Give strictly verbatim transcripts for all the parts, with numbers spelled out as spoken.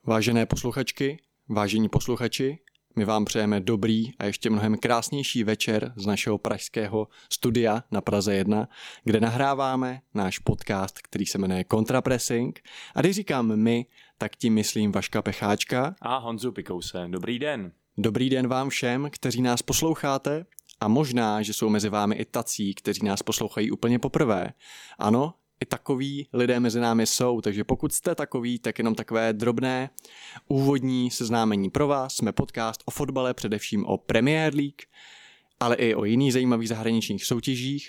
Vážené posluchačky, vážení posluchači, my vám přejeme dobrý a ještě mnohem krásnější večer z našeho pražského studia na Praze jedna, kde nahráváme náš podcast, který se jmenuje Kontrapressing. A když říkám my, tak tím myslím Vaška Pecháčka a Honzu Pikouse. Dobrý den. Dobrý den vám všem, kteří nás posloucháte, a možná, že jsou mezi vámi i tací, kteří nás poslouchají úplně poprvé. Ano, i takoví lidé mezi námi jsou, takže pokud jste takový, tak jenom takové drobné úvodní seznámení pro vás. Jsme podcast o fotbale, především o Premier League, ale i o jiných zajímavých zahraničních soutěžích.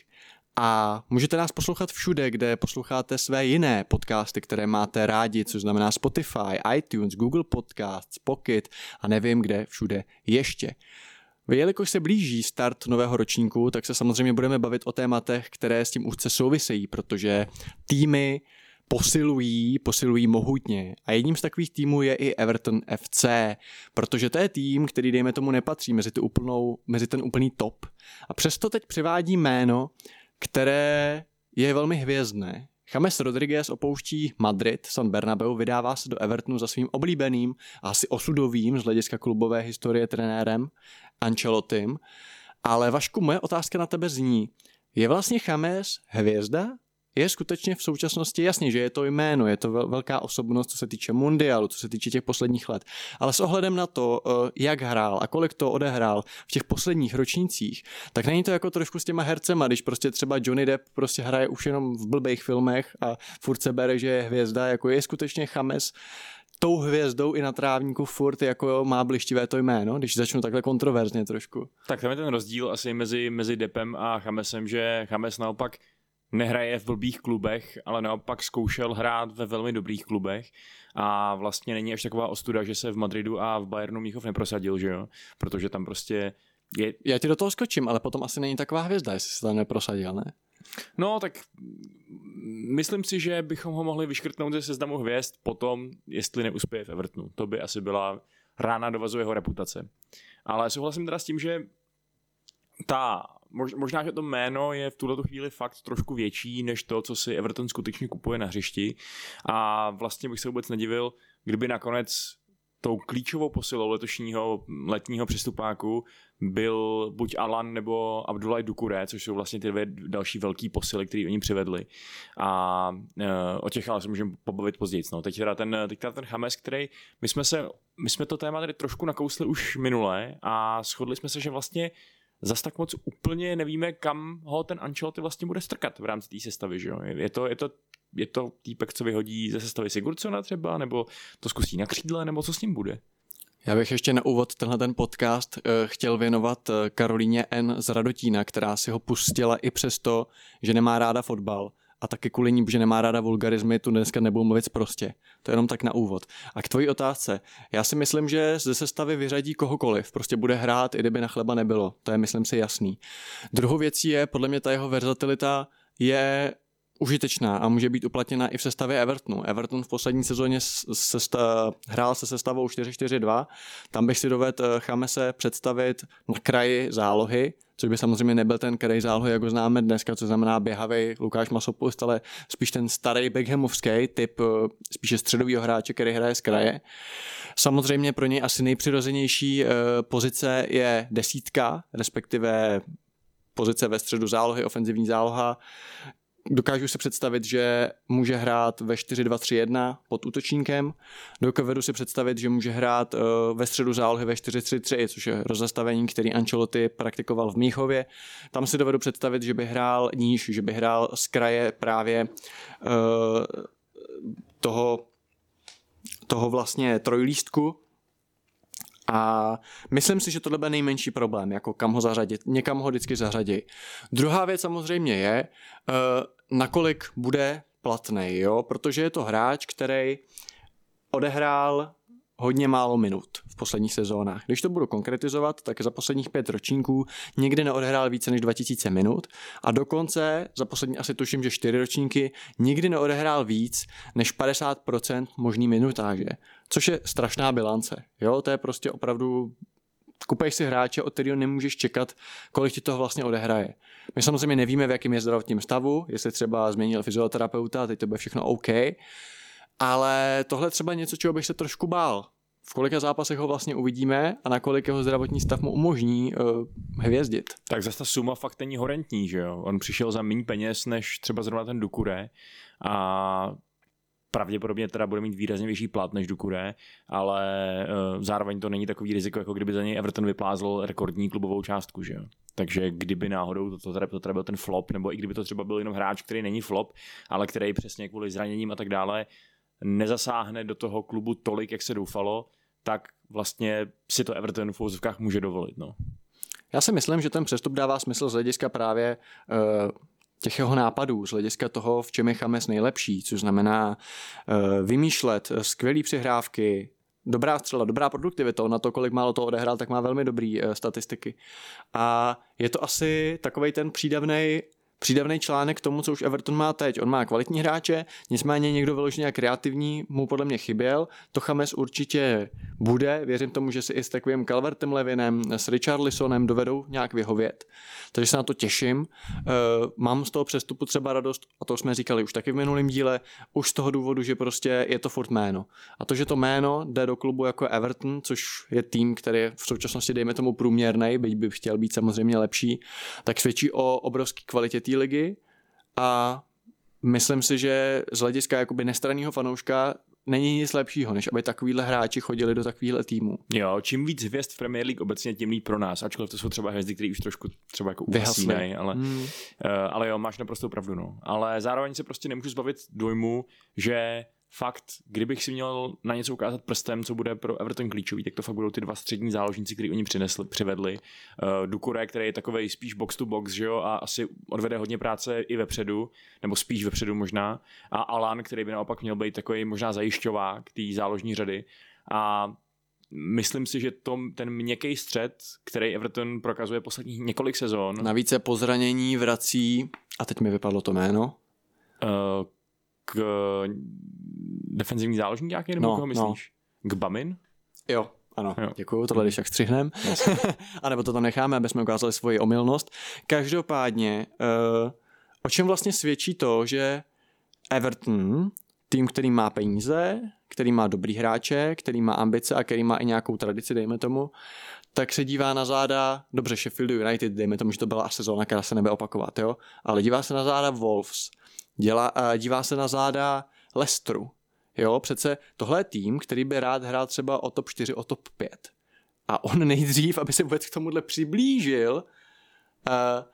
A můžete nás poslouchat všude, kde posloucháte své jiné podcasty, které máte rádi, což znamená Spotify, iTunes, Google Podcasts, Pocket a nevím kde všude ještě. Jelikož se blíží start nového ročníku, tak se samozřejmě budeme bavit o tématech, které s tím úzce souvisejí, protože týmy posilují, posilují mohutně. A jedním z takových týmů je i Everton F C, protože to je tým, který dejme tomu nepatří mezi, tu úplnou, mezi ten úplný top. A přesto teď přivádí jméno, které je velmi hvězdné. James Rodriguez opouští Madrid, San Bernabeu, vydává se do Evertonu za svým oblíbeným a asi osudovým z hlediska klubové historie trenérem Ancelottim. Ale Vašku, moje otázka na tebe zní, je vlastně James hvězda? Je skutečně v současnosti jasně, že je to jméno, je to velká osobnost, co se týče mundialu, co se týče těch posledních let. Ale s ohledem na to, jak hrál a kolik to odehrál v těch posledních ročnících, tak není to jako trošku s těma hercema, když prostě třeba Johnny Depp prostě hraje už jenom v blbých filmech a furt se bere, že je hvězda, jako je skutečně James tou hvězdou i na trávníku furt jako má blištivé to jméno, když začnu takhle kontroverzně trošku. Tak tam je ten rozdíl asi mezi, mezi Deppem a Jamesem, že James naopak nehraje v blbých klubech, ale naopak zkoušel hrát ve velmi dobrých klubech a vlastně není až taková ostuda, že se v Madridu a v Bayernu Mnichov neprosadil, že jo? Protože tam prostě je... Já ti do toho skočím, ale potom asi není taková hvězda, jestli se tam neprosadil, ne? No, tak myslím si, že bychom ho mohli vyškrtnout ze seznamu hvězd potom, jestli neuspěje v Evertonu. To by asi byla rána do vazu jeho reputace. Ale souhlasím teda s tím, že ta, možná, že to jméno je v tuto chvíli fakt trošku větší, než to, co si Everton skutečně kupuje na hřišti. A vlastně bych se vůbec nedivil, kdyby nakonec tou klíčovou posilou letošního letního přestupáku byl buď Alan nebo Abdoulaye Doucouré, což jsou vlastně ty dvě další velký posily, které oni přivedli. A e, o těch ale se můžeme pobavit později. No, teď teda ten, teď teda ten James, který my jsme, se, my jsme to téma tady trošku nakousli už minule a shodli jsme se, že vlastně zas tak moc úplně nevíme, kam ho ten Ancelotti vlastně bude strkat v rámci té sestavy. Že jo? Je to, je to Je to týpek, co vyhodí ze sestavy Sigurdssona třeba, nebo to zkusí na křídle, nebo co s ním bude? Já bych ještě na úvod tenhle ten podcast chtěl věnovat Karolíně N. z Radotína, která si ho pustila i přesto, že nemá ráda fotbal. A taky kvůli ní, že nemá ráda vulgarizmy, tu dneska nebudu mluvit prostě. To je jenom tak na úvod. A k tvojí otázce. Já si myslím, že ze sestavy vyřadí kohokoliv. Prostě bude hrát, i kdyby na chleba nebylo. To je, myslím si, jasný. Druhou věcí je, podle mě ta jeho versatilita je užitečná a může být uplatněna i v sestavě Evertonu. Everton v poslední sezóně sesta- hrál se sestavou čtyři čtyři dva. Tam bych si dovedl Jamese představit na kraji zálohy, což by samozřejmě nebyl ten kraj zálohy, jak ho známe dneska, co znamená běhavý Lukáš Masopust, ale spíš ten starý Beckhamovský typ spíše středovýho hráče, který hraje z kraje. Samozřejmě pro něj asi nejpřirozenější pozice je desítka, respektive pozice ve středu zálohy, ofenzivní záloha. Dokážu si představit, že může hrát ve čtyři dva tři jedna pod útočníkem. Dokážu si představit, že může hrát ve středu zálohy ve čtyři tři tři, což je rozestavení, který Ancelotti praktikoval v Mnichově. Tam si dovedu představit, že by hrál níž, že by hrál z kraje právě uh, toho, toho vlastně trojlístku. A myslím si, že tohle bude nejmenší problém, jako kam ho zařadit. Někam ho vždycky zařadí. Druhá věc samozřejmě je, uh, nakolik bude platnej, jo? Protože je to hráč, který odehrál hodně málo minut v posledních sezónách. Když to budu konkretizovat, tak za posledních pět ročníků nikdy neodehrál více než dva tisíce minut a dokonce za poslední asi tuším, že čtyři ročníky nikdy neodehrál víc než padesát procent možný minutáže, což je strašná bilance. Jo, to je prostě opravdu kupuješ si hráče, od kterého nemůžeš čekat, kolik ti toho vlastně odehraje. My samozřejmě nevíme, v jakém je zdravotním stavu, jestli třeba změnil fyzioterapeuta, teď to bude všechno OK, Ale tohle třeba něco, čeho bych se trošku bál. V kolika zápasech ho vlastně uvidíme a na kolik jeho zdravotní stav mu umožní uh, hvězdit. Tak zase ta suma fakt není horentní, že jo? On přišel za méně peněz než třeba zrovna ten Doucouré a pravděpodobně teda bude mít výrazně vyšší plat než Doucouré, ale uh, zároveň to není takový riziko, jako kdyby za něj Everton vyplázl rekordní klubovou částku, že jo? Takže kdyby náhodou to, to, teda, to teda byl ten flop, nebo i kdyby to třeba byl jenom hráč, který není flop, ale který přesně kvůli zraněním a tak dále nezasáhne do toho klubu tolik, jak se doufalo, tak vlastně si to Everton v úvozovkách může dovolit. No. Já si myslím, že ten přestup dává smysl z hlediska právě uh, těch jeho nápadů, z hlediska toho, v čem je James nejlepší, což znamená uh, vymýšlet skvělý přihrávky, dobrá střela, dobrá produktivita, na to, kolik málo to odehrál, tak má velmi dobrý uh, statistiky. A je to asi takovej ten přídavnej Přídavný článek k tomu, co už Everton má teď. On má kvalitní hráče, nicméně někdo vyloženě kreativní mu podle mě chyběl. To James určitě bude. Věřím tomu, že si i s takovým Calvertem Levinem, s Richarlisonem dovedou nějak vyhovět. Takže se na to těším. Uh, mám z toho přestupu třeba radost, a to jsme říkali už taky v minulém díle, už z toho důvodu, že prostě je to furt jméno. A to, že to jméno jde do klubu jako Everton, což je tým, který je v současnosti, dejme tomu, průměrnej, byť by chtěl být samozřejmě lepší, tak svědčí o obrovské kvalitě té ligy a myslím si, že z hlediska jakoby nestranného fanouška není nic lepšího, než aby takovýhle hráči chodili do takovýhle týmu. Jo, čím víc hvězd v Premier League obecně, tím líp pro nás, ačkoliv to jsou třeba hvězdy, které už trošku třeba jako uhasínají, ale, hmm. uh, ale jo, máš naprosto pravdu, no. Ale zároveň se prostě nemůžu zbavit dojmu, že fakt, kdybych si měl na něco ukázat prstem, co bude pro Everton klíčový, tak to fakt budou ty dva střední záložníci, který oni přinesli, přivedli. Uh, Doucouré, který je takovej spíš box to box, že jo, a asi odvede hodně práce i vepředu, nebo spíš vepředu možná. A Alan, který by naopak měl být takový možná zajišťovák té záložní řady. A myslím si, že to, ten měkký střed, který Everton prokazuje posledních několik sezon. Navíc se po zranění vrací, a teď mi vypadlo to jméno, uh, k defenzivní záložník nějaký, nebo no, koho myslíš? No. K Bamin? Jo, ano, jo. Děkuju, tohle když tak střihnem. A nebo to tam necháme, aby jsme ukázali svoji omylnost. Každopádně, uh, o čem vlastně svědčí to, že Everton, tým, který má peníze, který má dobrý hráče, který má ambice a který má i nějakou tradici, dejme tomu, tak se dívá na záda, dobře, Sheffield United, dejme tomu, že to byla až sezóna, která se nebude opakovat, jo? Ale dívá se na záda Wolves, dělá, dívá se na záda Leicesteru. Jo, přece tohle je tým, který by rád hrál třeba o top čtyři, o top pět. A on nejdřív, aby se vůbec k tomuhle přiblížil, uh,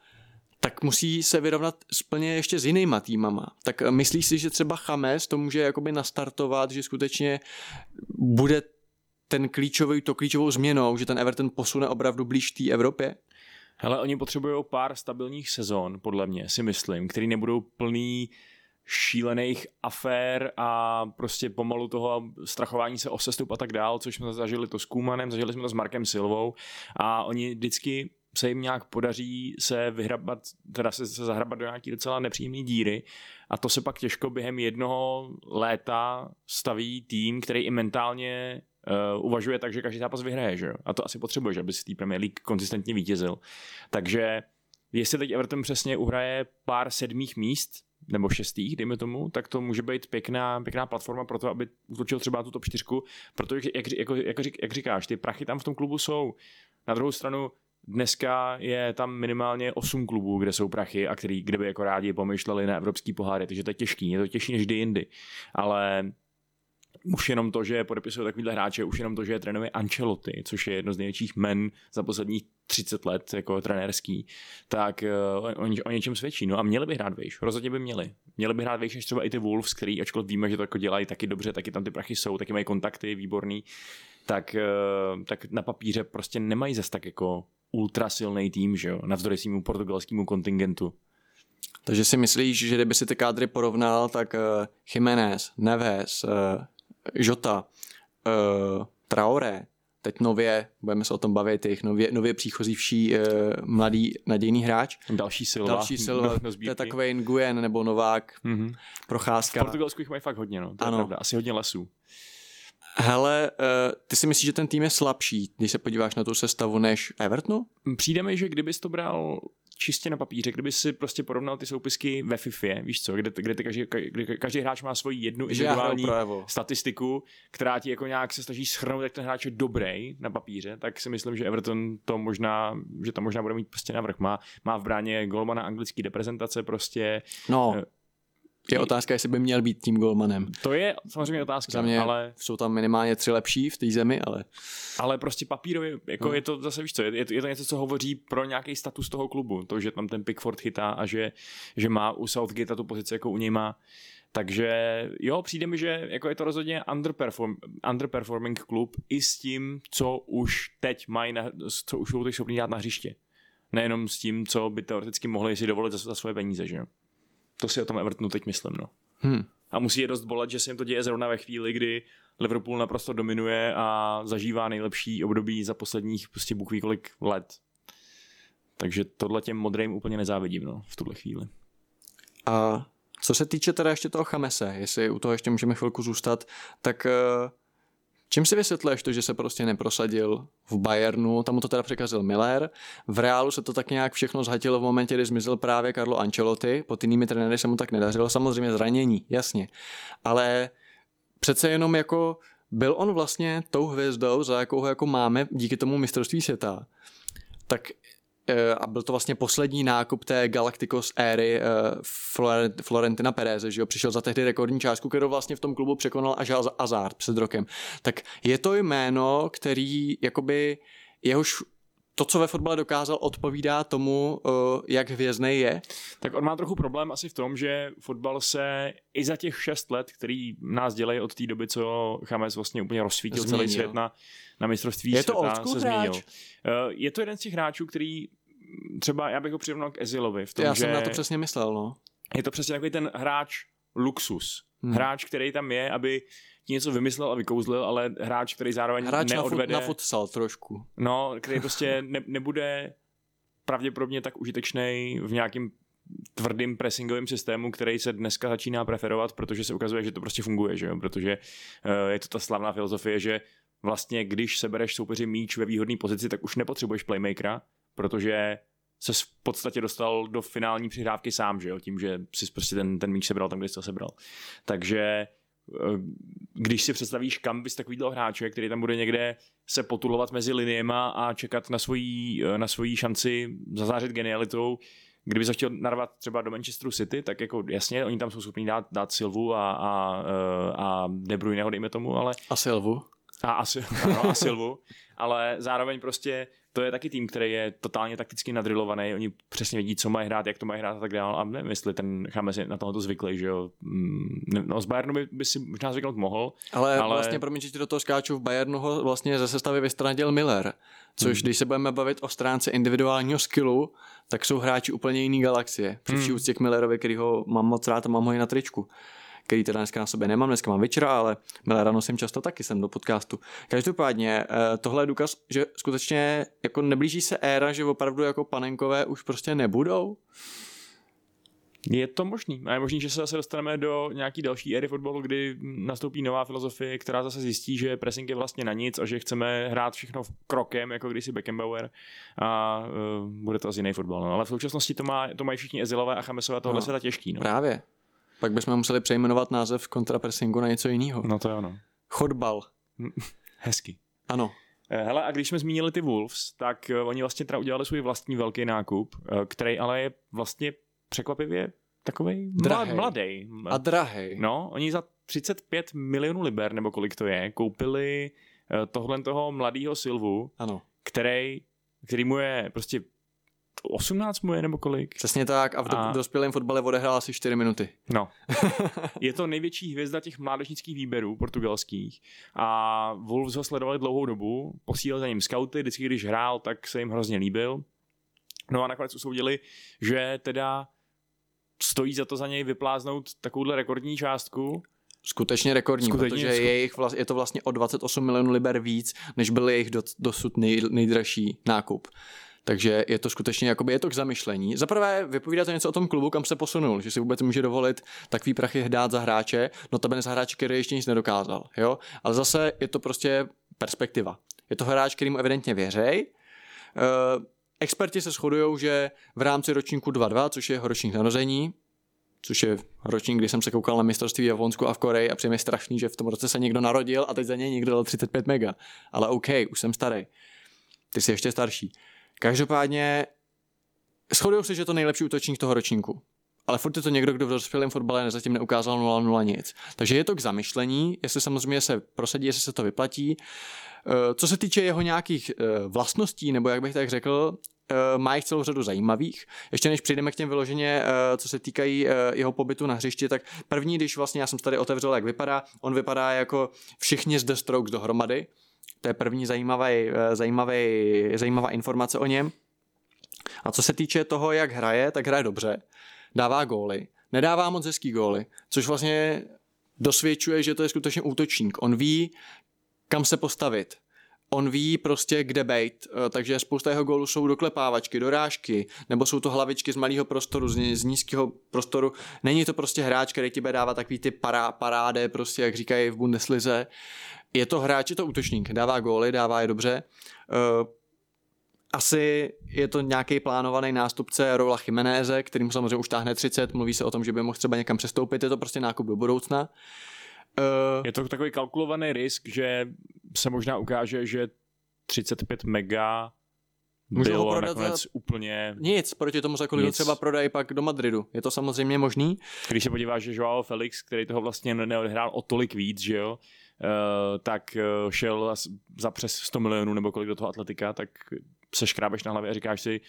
tak musí se vyrovnat splně ještě s jinýma týmama. Tak myslíš si, že třeba James to může jakoby nastartovat, že skutečně bude ten klíčový, to klíčovou změnou, že ten Everton posune opravdu blíž té Evropě? Hele, oni potřebují pár stabilních sezon, podle mě, si myslím, který nebudou plný šílených afér a prostě pomalu toho strachování se o sestup a tak dál, což jsme zažili to s Koemanem, zažili jsme to s Markem Silvou a oni vždycky se jim nějak podaří se vyhrabat, teda se, se zahrabat do nějaký docela nepříjemný díry a to se pak těžko během jednoho léta staví tým, který i mentálně uh, uvažuje tak, že každý zápas vyhraje, že jo? A to asi potřebuje, aby si tý Premier League konzistentně vítězil. Takže jestli teď Everton přesně uhraje pár sedmých míst, nebo šestých, dejme tomu, tak to může být pěkná, pěkná platforma pro to, aby útočil třeba tu top čtyřku, protože jak, jako, jako, jak říkáš, ty prachy tam v tom klubu jsou. Na druhou stranu dneska je tam minimálně osm klubů, kde jsou prachy a který, kde by jako rádi pomyšleli na evropský poháry, takže to je těžký, je to těžší než kdy jindy. Ale už jenom to, že podepisuje takovýhle hráče, už jenom to, že je trénuje Ancelotti, což je jedno z největších men za posledních třicet let jako trenérský, tak uh, o, o něčem svědčí. No a měli by hrát vejš, rozhodně by měli. Měli by hrát vejš než třeba i ty Wolves, který, ačkoliv víme, že to jako dělají taky dobře, taky tam ty prachy jsou, taky mají kontakty výborný, tak, uh, tak na papíře prostě nemají zas tak jako ultra silný tým, že jo, navzdory svýmu portugalskému kontingentu. Takže si myslíš, že kdyby si ty kádry porovnal, tak uh, Jiménez, Neves, uh, Jota, uh, Traoré, teď nově, budeme se o tom bavit, jejich nově, nově příchozí vší uh, mladý nadějný hráč. Další Silva. Další Silva, to je takovej Nguyen nebo Novák, mm-hmm. Procházka. V Portugalsku jich mají fakt hodně, no, to ano. Je pravda, asi hodně lesů. Hele, uh, ty si myslíš, že ten tým je slabší, když se podíváš na tu sestavu, než Evertonu? Přijde mi, že kdybys to bral čistě na papíře, kdyby si prostě porovnal ty soupisky ve FIFA, víš co, kde, kde, ty každý, kde každý hráč má svoji jednu individuální statistiku, která ti jako nějak se snaží shrnout, jak ten hráč je dobrý na papíře, tak si myslím, že Everton to možná, že to možná bude mít prostě navrch. Má, má v bráně golmana anglický reprezentace prostě. No. Je otázka, jestli by měl být tím golmanem. To je samozřejmě otázka, za mě ale jsou tam minimálně tři lepší v té zemi, ale ale prostě papírově, jako no. je to zase, víš co, je, je to něco, co hovoří pro nějaký status toho klubu, to, že tam ten Pickford chytá a že, že má u Southgate tu pozici, jako u něj má. Takže jo, přijde mi, že jako je to rozhodně underperform, underperforming klub i s tím, co už teď mají, na, co už jsou teď schopni dát na hřiště. Nejenom s tím, co by teoreticky mohli si dovolit za, za svoje peníze, že jo. To si o tom Evertonu teď myslím, no. Hmm. A musí je dost bolet, že se jim to děje zrovna ve chvíli, kdy Liverpool naprosto dominuje a zažívá nejlepší období za posledních prostě bůh ví kolik let. Takže tohle těm modrým úplně nezávidím, no, v tuhle chvíli. A co se týče teda ještě toho Chamese, jestli u toho ještě můžeme chvilku zůstat, tak čím si vysvětluješ to, že se prostě neprosadil v Bayernu, tam mu to teda překazil Miller, v Reálu se to tak nějak všechno zhatilo v momentě, kdy zmizel právě Carlo Ancelotti, pod jinými trenéry se mu tak nedařilo, samozřejmě zranění, jasně, ale přece jenom jako byl on vlastně tou hvězdou, za jakou ho jako máme díky tomu mistrovství světa, tak a byl to vlastně poslední nákup té Galacticos éry Florentina Pereze, že jo, přišel za tehdy rekordní částku, kterou vlastně v tom klubu překonal až Hazard před rokem. Tak je to jméno, který jakoby jehož to, co ve fotbale dokázal, odpovídá tomu, jak hvězdnej je? Tak on má trochu problém asi v tom, že fotbal se i za těch šest let, který nás dělají od té doby, co James vlastně úplně rozsvítil změnil. Celý svět na, na mistrovství je světa, to old school se hráč? změnil. Je to jeden z těch hráčů, který třeba, já bych ho přirovnal k Ezilovi. V tom, já že jsem na to přesně myslel, no. Je to přesně takový ten hráč luxus. Hmm. Hráč, který tam je, aby ti něco vymyslel a vykouzlil, ale hráč, který zároveň hráč neodvede... Hráč na futsal trošku. No, který prostě ne, nebude pravděpodobně tak užitečný v nějakým tvrdým pressingovým systému, který se dneska začíná preferovat, protože se ukazuje, že to prostě funguje, že jo? Protože uh, je to ta slavná filozofie, že vlastně když sebereš soupeři míč ve výhodné pozici, tak už nepotřebuješ playmakera, protože se v podstatě dostal do finální přihrávky sám, že jo? Tím, že si prostě ten, ten míč sebral tam, kde jsi to sebral. Takže když si představíš, kam bys takovýhle hráče, který tam bude někde se potulovat mezi liniema a čekat na svoji, na svoji šanci zazářit genialitou, kdyby se chtěl narvat třeba do Manchesteru City, tak jako jasně, oni tam jsou schopní dát, dát Silvu a, a, a De Bruyneho, dejme tomu, ale... A Silvu. A, a, ano, a Silvu, ale zároveň prostě to je taky tým, který je totálně takticky nadrilovaný, oni přesně vědí, co mají hrát, jak to mají hrát a tak dále a nevím, jestli ten James je na tohle zvyklý, že jo. No z Bayernu by, by si možná zvyknout mohl. Ale, ale... vlastně, promiň, že ti do toho skáču, v Bayernu ho vlastně ze sestavy vystranil Miller, což hmm. když se budeme bavit o stránce individuálního skillu, tak jsou hráči úplně jiný galaxie. Při vší hmm. úctě k Millerovi, který ho mám moc rád a mám ho i na tričku, který teda dneska na sobě nemám, dneska mám večera, ale Millera nosím často taky sem do podcastu. Každopádně tohle je důkaz, že skutečně jako neblíží se éra, že opravdu jako panenkové už prostě nebudou? Je to možný. A je možný, že se zase dostaneme do nějaký další éry fotbalu, kdy nastoupí nová filozofie, která zase zjistí, že pressing je vlastně na nic a že chceme hrát všechno krokem, jako kdysi Beckenbauer a uh, bude to asi jiný fotbal. No. Ale v současnosti to, má, to mají všichni Ezilové a Chamesové tohle no, světa těžký. No. Právě. Pak bychom museli přejmenovat název kontrapressingu na něco jiného. No to je ono. Chodbal. Hezky. Ano. Hele, a když jsme zmínili ty Wolves, tak oni vlastně teda udělali svůj vlastní velký nákup, který ale je vlastně překvapivě takovej mladý. A drahej. No, oni za třicet pět milionů liber, nebo kolik to je, koupili tohle toho mladýho Silvu, ano. který, který mu je prostě osmnáct mu je, nebo kolik? Přesně tak a v do, a... dospělém fotbale odehrál asi čtyři minuty. No. Je to největší hvězda těch mládežnických výběrů portugalských a Wolves ho sledovali dlouhou dobu, posílali za ním skauty, vždycky když hrál, tak se jim hrozně líbil. No a nakonec usoudili, že teda stojí za to za něj vypláznout takovouhle rekordní částku. Skutečně rekordní, Skutečně protože je, jejich vlast, je to vlastně o dvacet osm milionů liber víc, než byl jejich do, dosud nej, nejdražší nákup. Takže je to skutečně jakoby je to k zamyšlení. Za prvé vypovídá to něco o tom klubu, kam se posunul, že si vůbec může dovolit takový prachy dát za hráče, notabene za hráče, který ještě nic nedokázal, jo? Ale zase je to prostě perspektiva. Je to hráč, který mu evidentně věřej. Uh, experti se shodují, že v rámci ročníku dva dva, což je ročník narození, což je ročník, kdy jsem se koukal na mistrovství v Japonsku a v Koreji a přijde mi strašný, že v tom roce se někdo narodil a teď za něj někdo dal třicet pět mega. Ale OK, už jsem starý. Ty jsi ještě starší. Každopádně shodují se, že je to nejlepší útočník toho ročníku. Ale furt je to někdo, kdo v dospělém fotbale zatím neukázal nula nula nic. Takže je to k zamyšlení, jestli samozřejmě se prosadí, jestli se to vyplatí. Co se týče jeho nějakých vlastností, nebo jak bych tak řekl, má jich celou řadu zajímavých. Ještě než přijdeme k těm vyloženě, co se týkají jeho pobytu na hřišti, tak první, když vlastně já jsem tady otevřel, jak vypadá, on vypadá jako všichni z The Strokes dohromady. To je první zajímavý, zajímavý, zajímavá informace o něm. A co se týče toho, jak hraje, tak hraje dobře. Dává góly. Nedává moc hezký góly, což vlastně dosvědčuje, že to je skutečně útočník. On ví, kam se postavit. On ví prostě, kde bejt, takže spousta jeho gólů jsou doklepávačky, dorážky, nebo jsou to hlavičky z malého prostoru, z, z nízkého prostoru. Není to prostě hráč, který ti bude dávat takový ty pará, paráde, prostě jak říkají v Bundeslize. Je to hráč, je to útočník, dává góly, dává je dobře. Asi je to nějaký plánovaný nástupce Raula Jiméneze, kterým samozřejmě už táhne třicet, mluví se o tom, že by mohl třeba někam přestoupit, je to prostě nákup do budoucna. Uh, je to takový kalkulovaný risk, že se možná ukáže, že třicet pět mega bylo nakonec za... úplně... Nic, proti tomu, za kolik třeba prodají pak do Madridu. Je to samozřejmě možný. Když se podíváš, že Joao Felix, který toho vlastně neodehrál o tolik víc, že jo, uh, tak uh, šel za přes sto milionů nebo kolik do toho Atletika, tak se škrábeš na hlavě a říkáš si,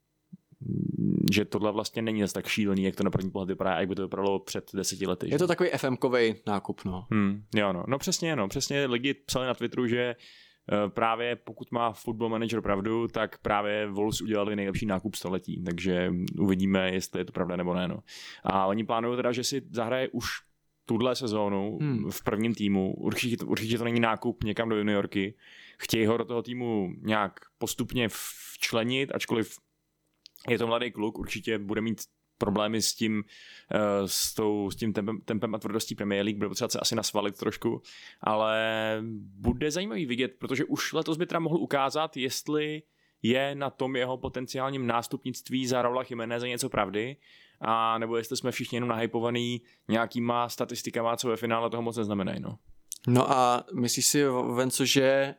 že tohle vlastně není zase tak šílený, jak to na první pohled vypadá, jak by to vypadalo před deseti lety. Je že? to takový ef emkovej nákup, no. Hmm, jo, no. No přesně, no. Přesně lidi psali na Twitteru, že uh, právě pokud má Football Manager pravdu, tak právě Wolves udělali nejlepší nákup století, takže uvidíme, jestli je to pravda nebo ne, no. A oni plánují teda, že si zahraje už tuhle sezónu hmm. v prvním týmu. Určitě, určitě to není nákup někam do juniorky. Chtějí ho do toho týmu nějak postupně včlenit, ačkoliv je to mladý kluk, určitě bude mít problémy s tím, uh, s, tou, s tím tempem, tempem a tvrdostí Premier League, bude potřeba se asi nasvalit trošku, ale bude zajímavý vidět, protože už letos by teda mohl ukázat, jestli je na tom jeho potenciálním nástupnictví za Raula Jiméneze něco pravdy, a nebo jestli jsme všichni jenom nahypovaný nějakýma statistikama, co ve finále toho moc neznamenají. No, no a myslíš si, Venco, že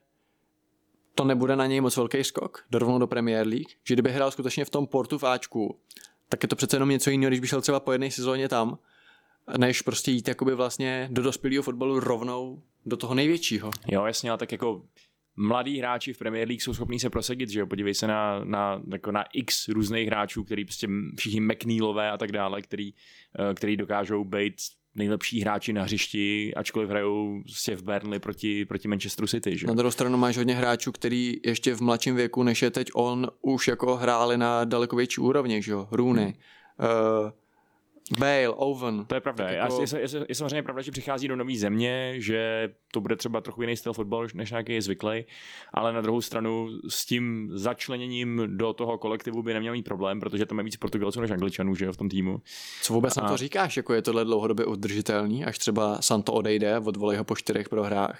to nebude na něj moc velký skok, rovnou do Premier League, že kdyby hrál skutečně v tom Portu v Ačku, tak je to přece jenom něco jiného, když by šel třeba po jedné sezóně tam, než prostě jít jakoby vlastně do dospělého fotbalu rovnou do toho největšího. Jo, jasně, ale tak jako mladí hráči v Premier League jsou schopní se prosadit, že jo, podívej se na, na, jako na x různých hráčů, který prostě všichni McNeilové a tak dále, který, který dokážou být nejlepší hráči na hřišti, ačkoliv hrajou v Burnley proti, proti Manchesteru City. Že? Na druhou stranu máš hodně hráčů, který ještě v mladším věku, než je teď on, už jako hráli na daleko větší úrovni, že jo? Rooney, hmm. uh, Bale, Owen. To je pravda. Jako... Je, je, je, je samozřejmě pravda, že přichází do nové země, že to bude třeba trochu jiný styl fotbalu, než nějaký je zvyklý, ale na druhou stranu s tím začleněním do toho kolektivu by neměl mít problém, protože tam je víc Portugalců než Angličanů, že jo, v tom týmu. Co vůbec a... na to říkáš? Jako je tohle dlouhodobě udržitelný, až třeba Santo odejde, odvolej ho po čtyřech prohrách?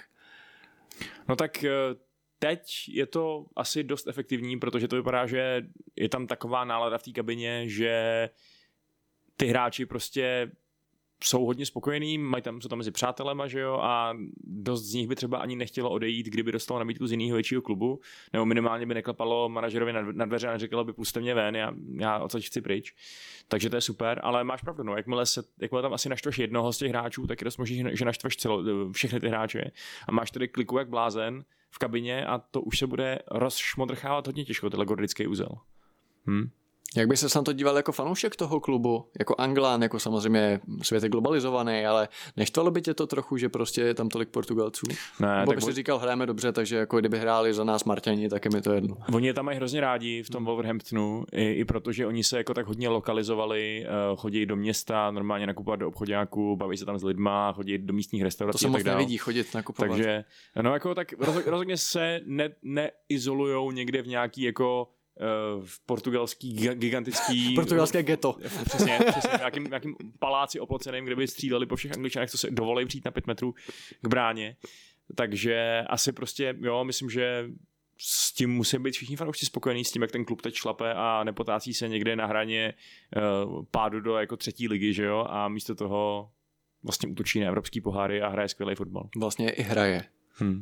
No tak teď je to asi dost efektivní, protože to vypadá, že je tam taková nálada v té kabině, že ty hráči prostě jsou hodně spokojení, mají tam, jsou tam mezi přátelema, že jo, a dost z nich by třeba ani nechtělo odejít, kdyby dostalo nabídku z jiného většího klubu, nebo minimálně by neklepalo manažerovi na dveře a neřeklo by puste mě ven, já, já odsaď chci pryč. Takže to je super, ale máš pravdu, no, jakmile, se, jakmile tam asi naštveš jednoho z těch hráčů, tak je dost možný, že naštveš celo, všechny ty hráče a máš tedy kliku jak blázen v kabině a to už se bude rozšmodrchávat hodně těžko, tenhle gordický úzel. Hm? Jak by se sám to díval jako fanoušek toho klubu, jako Anglán, jako samozřejmě svět je globalizovaný, ale neštvalo by tě to trochu, že prostě je tam tolik Portugalců? Ne, Nebo by si říkal, hrajeme dobře, takže jako kdyby hráli za nás Marťani, tak je mi to jedno. Oni je tam mají hrozně rádi v tom Wolverhamptonu, i, i protože oni se jako tak hodně lokalizovali, uh, chodí do města, normálně nakupovat do obchodáků, baví se tam s lidma, chodí do místních restaurací. To se moc nevidí chodit nakupovat. Takže, no jako tak rozhodně se ne, neizolujou někde v nějaký jako v portugalský gigantický portugalské ghetto. Přesně, přesně v nějakým, nějakým paláci oploceným, kde by stříleli po všech Angličanech, co se dovolí přijít na pět metrů k bráně. Takže asi prostě, jo, myslím, že s tím musí být všichni fanoušci spokojení s tím, jak ten klub teď šlape a nepotácí se někde na hraně uh, pádu do jako třetí ligy, že jo, a místo toho vlastně útočí na evropský poháry a hraje skvělý fotbal. Vlastně i hraje. Hmm.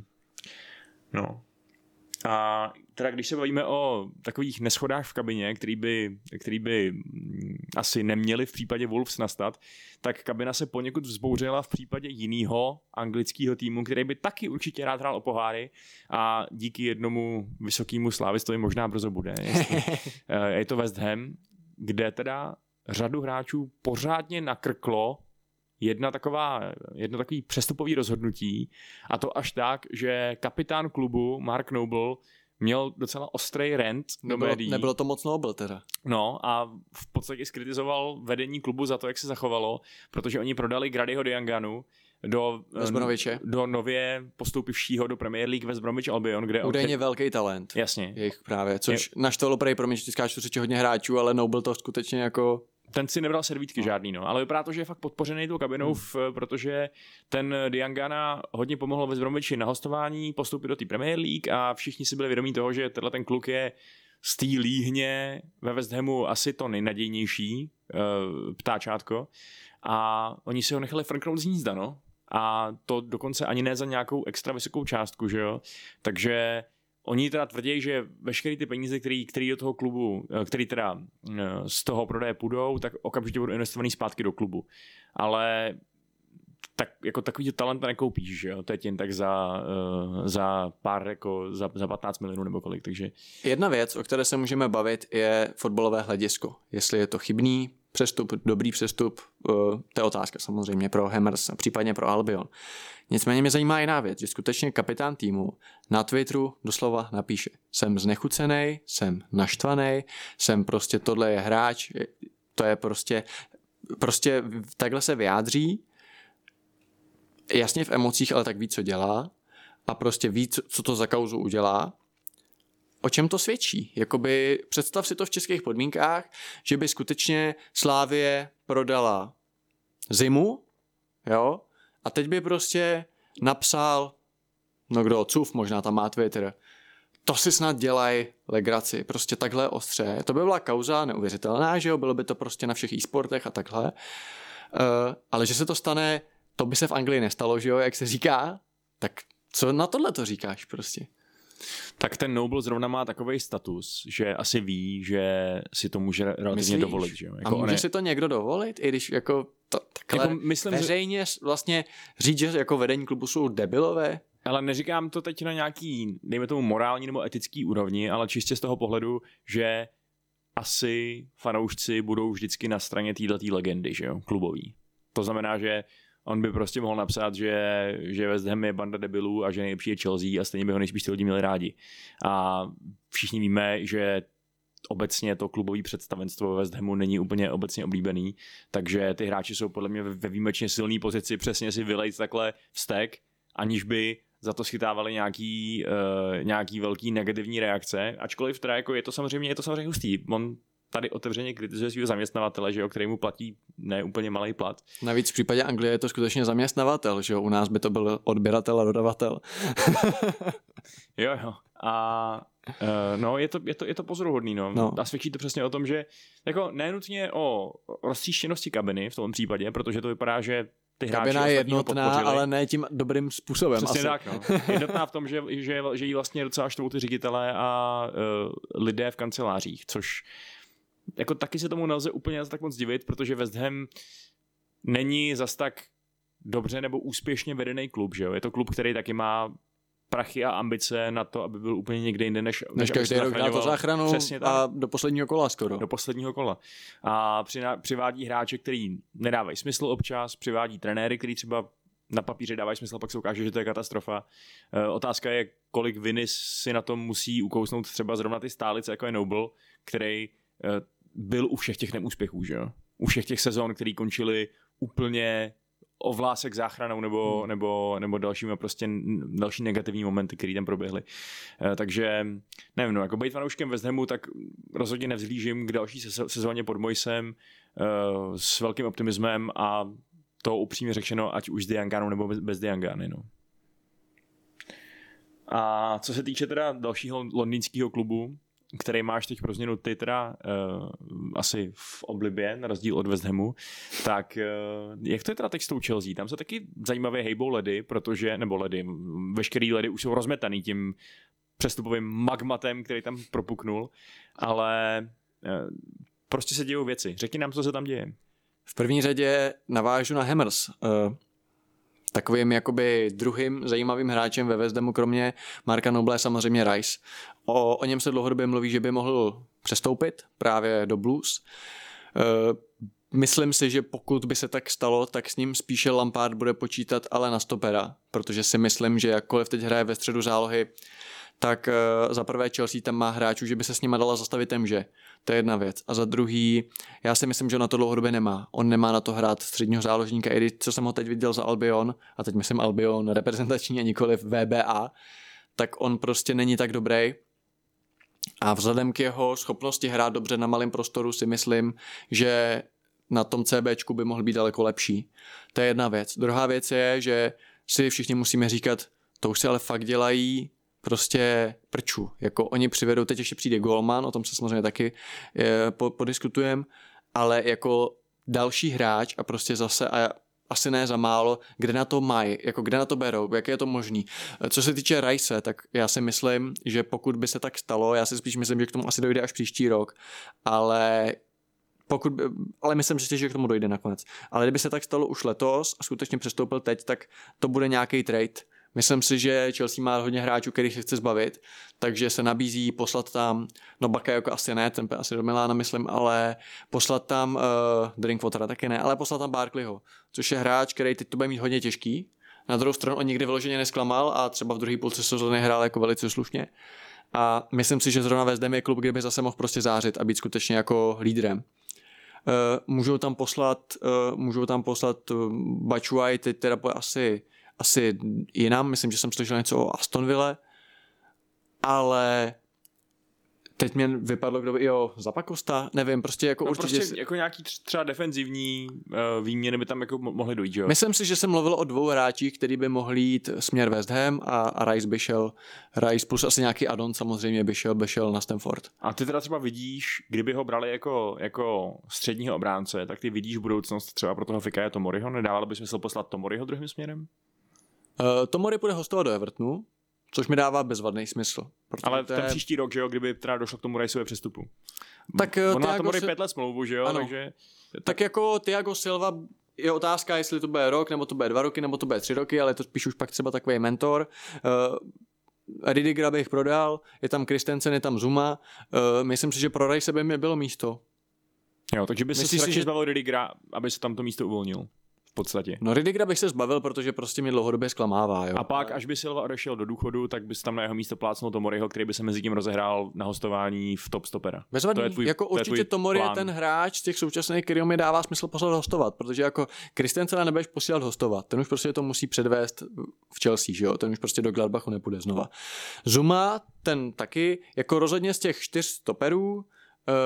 No. A teda když se bavíme o takových neschodách v kabině, který by, který by asi neměli v případě Wolves nastat, tak kabina se poněkud vzbouřila v případě jiného anglického týmu, který by taky určitě rád hrál o poháry a díky jednomu vysokému slávistovi možná brzo bude. Je to West Ham, kde teda řadu hráčů pořádně nakrklo jedna taková, jedno takový přestupový rozhodnutí, a to až tak, že kapitán klubu Mark Noble měl docela ostrý rant do nebylo, médií. Nebylo to moc Noble teda. No a v podstatě skritizoval vedení klubu za to, jak se zachovalo, protože oni prodali Gradyho Dianganu do, do nově postoupivšího do Premier League West Bromwich Albion, kde údajně on... velký talent. Jasně. Jejich právě, což je... naštvalo prej, pro mě, že skáču řeči hodně hráčů, ale Noble to skutečně jako... Ten si nebral servítky no. žádný, no, ale vypadá to, že je fakt podpořený tou kabinou, hmm. v, protože ten Diangana hodně pomohl West Bromwichi na hostování, postoupit do té Premier League a všichni si byli vědomí toho, že tenhle ten kluk je z té líhně ve West Hamu asi to nejnadějnější uh, ptáčátko a oni si ho nechali frknout z hnízda, no, a to dokonce ani ne za nějakou extra vysokou částku, že jo, takže oni teda tvrdí, že veškeré ty peníze, který, který do toho klubu, který teda z toho prodeje půjdou, tak okamžitě budou investovaný zpátky do klubu. Ale tak, jako takový talent nekoupíš, že jo? To je jen tak za, uh, za pár, jako za, za patnáct milionů nebo kolik, takže... Jedna věc, o které se můžeme bavit, je fotbalové hledisko. Jestli je to chybný přestup, dobrý přestup, uh, to je otázka samozřejmě pro Hammers a případně pro Albion. Nicméně mě zajímá jiná věc, že skutečně kapitán týmu na Twitteru doslova napíše: jsem znechucený, jsem naštvaný, jsem prostě, tohle je hráč, to je prostě, prostě takhle se vyjádří, jasně v emocích, ale tak ví, co dělá a prostě ví, co to za kauzu udělá. O čem to svědčí? Jakoby představ si to v českých podmínkách, že by skutečně Slavie prodala zimu, jo, a teď by prostě napsal, no kdo, Cuf, možná tam má Twitter, to si snad dělají legraci, prostě takhle ostře. To by byla kauza neuvěřitelná, že jo, bylo by to prostě na všech e-sportech a takhle. Uh, ale že se to stane, to by se v Anglii nestalo, že jo, jak se říká, tak co na tohle to říkáš prostě? Tak ten Noble zrovna má takovej status, že asi ví, že si to může relativně Myslíš? dovolit. Že? Jako a může ne... si to někdo dovolit, i když jako to, takhle jako myslím, veřejně že... vlastně říct, že jako vedení klubu jsou debilové? Ale neříkám to teď na nějaký, dejme tomu, morální nebo etický úrovni, ale čistě z toho pohledu, že asi fanoušci budou vždycky na straně této legendy, že jo, klubový. To znamená, že on by prostě mohl napsat, že, že West Ham je banda debilů a že nejlepší je Chelsea a stejně by ho nejspíš ty lidi měli rádi. A všichni víme, že obecně to klubové představenstvo West Hamu není úplně obecně oblíbený, takže ty hráči jsou podle mě ve výjimečně silné pozici přesně si vylejt takhle vztek, aniž by za to schytávali nějaký, uh, nějaký velký negativní reakce, ačkoliv teda jako je to samozřejmě, je to samozřejmě hustý. On tady otevřeně kritizuje svého zaměstnavatele, že jo, který mu platí ne úplně malý plat. Navíc v případě Anglie je to skutečně zaměstnavatel, že jo, u nás by to byl odběratel a dodavatel. jo, jo. A uh, no, je to, je to, je to pozoruhodný, no. no. A svědčí to přesně o tom, že jako nenutně o roztříštěnosti kabiny v tom případě, protože to vypadá, že ty hráči kabina je jednotná, ale ne tím dobrým způsobem. Přesně asi. tak, no. Jednotná v tom, že, že, že jí vlastně docela štvou ty ředitelé a uh, lidé v kancelářích, což jako taky se tomu nelze úplně tak moc divit, protože West Ham není zas tak dobře nebo úspěšně vedený klub, že jo? Je to klub, který taky má prachy a ambice na to, aby byl úplně někde jinde, než, než, než každý rok dá to záchranu a do posledního kola skoro. Do posledního kola. A přina, přivádí hráče, který nedávají smysl občas, přivádí trenéry, který třeba na papíře dávají smysl, pak se ukáže, že to je katastrofa. E, otázka je, kolik viny si na tom musí ukousnout třeba zrovna ty stálice, jako je Noble, který e, byl u všech těch neúspěchů, že jo? U všech těch sezon, které končily úplně o vlásek záchranou nebo, hmm. nebo, nebo dalšími prostě další negativní momenty, které tam proběhly. E, takže nevím, no, jako být fanouškem West Hamu, tak rozhodně nevzhlížím k další sezóně pod Moisem e, s velkým optimismem a to upřímně řečeno, ať už s Dianganou nebo bez, bez Diangany, no. A co se týče teda dalšího londýnského klubu, který máš teď pro změnu ty teda uh, asi v oblibě, na rozdíl od West Hamu, tak uh, jak to je teda teď s tou Chelsea? Tam se taky zajímavě hejbou ledy, protože, nebo ledy, veškerý ledy už jsou rozmetaný tím přestupovým magmatem, který tam propuknul, ale uh, prostě se dějou věci. Řekni nám, co se tam děje. V první řadě navážu na Hammers. Uh, takovým jakoby druhým zajímavým hráčem ve West Hamu, kromě Marka Noble, samozřejmě Rice. O, o něm se dlouhodobě mluví, že by mohl přestoupit právě do Blues. Uh, myslím si, že pokud by se tak stalo, tak s ním spíše Lampard bude počítat ale na stopera, protože si myslím, že jakkoliv teď hraje ve středu zálohy, tak uh, za prvé Chelsea tam má hráčů, že by se s nima dala zastavit temže. To je jedna věc. A za druhý, já si myslím, že na to dlouhodobě nemá. On nemá na to hrát středního záložníka, i když, co jsem ho teď viděl za Albion, a teď myslím Albion reprezentační a nikoliv V B A, tak on prostě není tak dobrý. A vzhledem k jeho schopnosti hrát dobře na malém prostoru si myslím, že na tom CBčku by mohl být daleko lepší. To je jedna věc. Druhá věc je, že si všichni musíme říkat, to už si ale fakt dělají prostě prču. Jako oni přivedou, teď ještě přijde golman, o tom se samozřejmě taky je, po, podiskutujeme, ale jako další hráč a prostě zase a asi ne za málo, kde na to mají, jako kde na to berou, jak je to možný. Co se týče Rice, tak já si myslím, že pokud by se tak stalo, já si spíš myslím, že k tomu asi dojde až příští rok, ale pokud by, ale myslím si, že k tomu dojde nakonec. Ale kdyby se tak stalo už letos a skutečně přestoupil teď, tak to bude nějaký trade. Myslím si, že Chelsea má hodně hráčů, kterých se chce zbavit, takže se nabízí poslat tam, no Baka jako asi ne, ten asi do Milána myslím, ale poslat tam, uh, Drinkwatera taky ne, ale poslat tam Barkleyho, což je hráč, který teď to bude mít hodně těžký. Na druhou stranu on nikdy vyloženě nesklamal a třeba v druhé půlce sezóny hrál jako velice slušně. A myslím si, že zrovna West Ham je klub, kde by zase mohl prostě zářit a být skutečně jako lídrem. Uh, můžou tam poslat, uh, můžou tam poslat uh, Batshuayi, teď teda asi asi jinam, myslím, že jsem slyšel něco o Aston Ville, ale teď mě vypadlo, kdo by, jo, Zapakosta, nevím, prostě jako no určitě... Prostě jako nějaký třeba defenzivní uh, výměny by tam jako mohly dojít, jo? Myslím si, že jsem mluvil o dvou hráčích, který by mohli jít směr West Ham a, a Rice by šel, Rice plus asi nějaký addon samozřejmě by šel, by šel na Stamford. A ty teda třeba vidíš, kdyby ho brali jako, jako středního obránce, tak ty vidíš budoucnost třeba pro toho Fikayo Tomoriho, nedávalo by smysl poslat Tomoriho druhým směrem? Uh, Tomori bude hostovat do Evertonu, což mi dává bezvadný smysl. Ale v ten je... příští rok, že jo, kdyby teda došlo k tomu Riceově přestupu. Tak on má Tomori si... pět let smlouvu, že jo, ano. takže... Tak jako Thiago Silva je otázka, jestli to bude rok, nebo to bude dva roky, nebo to bude tři roky, ale to spíš už pak třeba takový mentor. Uh, Rüdigera bych prodal, je tam Christensen, je tam Zuma. Uh, myslím si, že pro Rice by mi bylo místo. Jo, takže by se radši že... zbavil Rüdigera, aby se tam to místo uvolnil. V podstatě. No Rüdigera bych se zbavil, protože prostě mě dlouhodobě zklamává. Jo. A pak, až by Silva odešel do důchodu, tak bys tam na jeho místo plácnul Tomoriho, který by se mezi tím rozehrál na hostování v top stopera. Bezvadný. To je tvůj, jako to určitě je Tomori je ten hráč z těch současných, který mi dává smysl poslat hostovat, protože jako Christensena nebudeš posílat hostovat. Ten už prostě to musí předvést v Chelsea, že jo? Ten už prostě do Gladbachu nepůjde znova. Zuma, ten taky, jako rozhodně z těch čtyř stoperů, uh,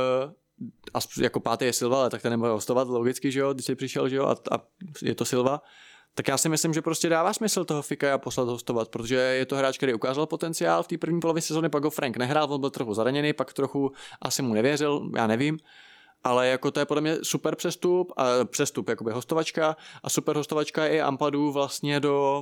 a jako pátý je Silva, ale tak ten nebude hostovat logicky, že jo, když jsi přišel, že jo, a, a je to Silva, tak já si myslím, že prostě dává smysl toho Fikaya poslat hostovat, protože je to hráč, který ukázal potenciál v té první polovině sezóny, pak ho Frank nehrál, on byl trochu zraněný, pak trochu asi mu nevěřil, já nevím, ale jako to je podle mě super přestup, a přestup jakoby hostovačka a super hostovačka je i Ampadu vlastně do,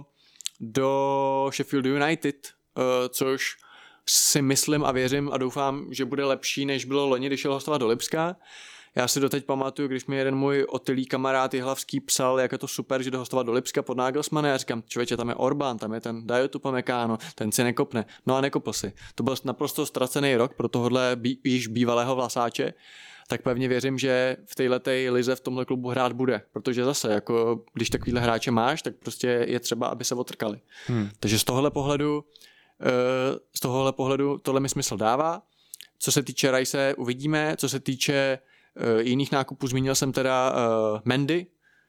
do Sheffield United, uh, což si myslím a věřím a doufám, že bude lepší, než bylo loni, když šel hostovat do Lipska. Já si doteď pamatuju, když mi jeden můj otylý kamarád Jihlavský psal, jak je to super, že jde hostovat do Lipska pod Nagelsmannem. Já říkám, člověče, tam je Orbán, tam je ten Dayot Upamecano, ten si nekopne. No a nekopl si. To byl naprosto ztracený rok pro tohohle bí, již bývalého vlasáče. Tak pevně věřím, že v téhletej lize v tomhle klubu hrát bude, protože zase, jako když takovýhle hráče máš, tak prostě je třeba, aby se otrkali. Hmm. Takže z tohohle pohledu z tohohle pohledu tohle mi smysl dává. Co se týče Rice, uvidíme. Co se týče uh, jiných nákupů, zmínil jsem teda uh, Mendy.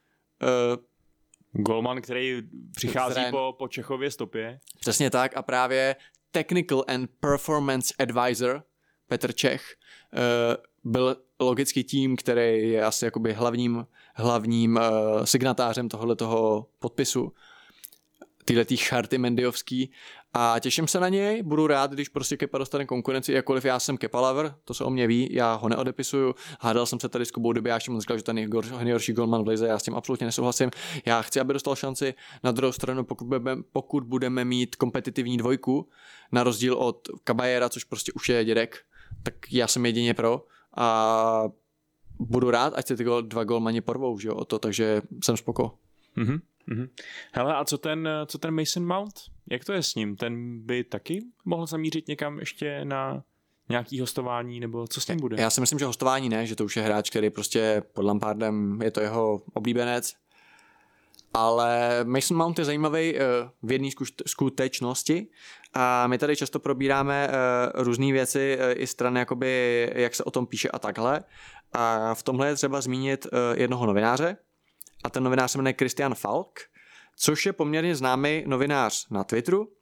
Uh, Golman, který přichází Zren. po, po Čechově stopě. Přesně tak a právě Technical and Performance Advisor Petr Čech uh, byl logicky tím, který je asi jakoby hlavním, hlavním uh, signatářem tohoto podpisu tyhletý charty Mendyovský A těším se na něj, budu rád, když prostě Kepa dostane konkurenci, jakkoliv já jsem Kepa lover, to se o mě ví, já ho neodepisuju, hádal jsem se tady s Kubou Dobijášem, on říkal, že ten nejhorší golman v lize, já s tím absolutně nesouhlasím, já chci, aby dostal šanci, na druhou stranu, pokud budeme, pokud budeme mít kompetitivní dvojku, na rozdíl od Caballera, což prostě už je dědek, tak já jsem jedině pro a budu rád, ať se ty dva golmani porvou, že jo, o to, takže jsem spoko. Mhm. Mm-hmm. Hele, a co ten, co ten Mason Mount? Jak to je s ním? Ten by taky mohl zamířit někam ještě na nějaký hostování, nebo co s ním bude? Já si myslím, že hostování ne, že to už je hráč, který prostě pod Lampardem je to jeho oblíbenec. Ale Mason Mount je zajímavý v jedné skutečnosti a my tady často probíráme různé věci i strany, jakoby, jak se o tom píše a takhle. A v tomhle je třeba zmínit jednoho novináře, a ten novinář se jmenuje Christian Falk, což je poměrně známý novinář na Twitteru. Uh,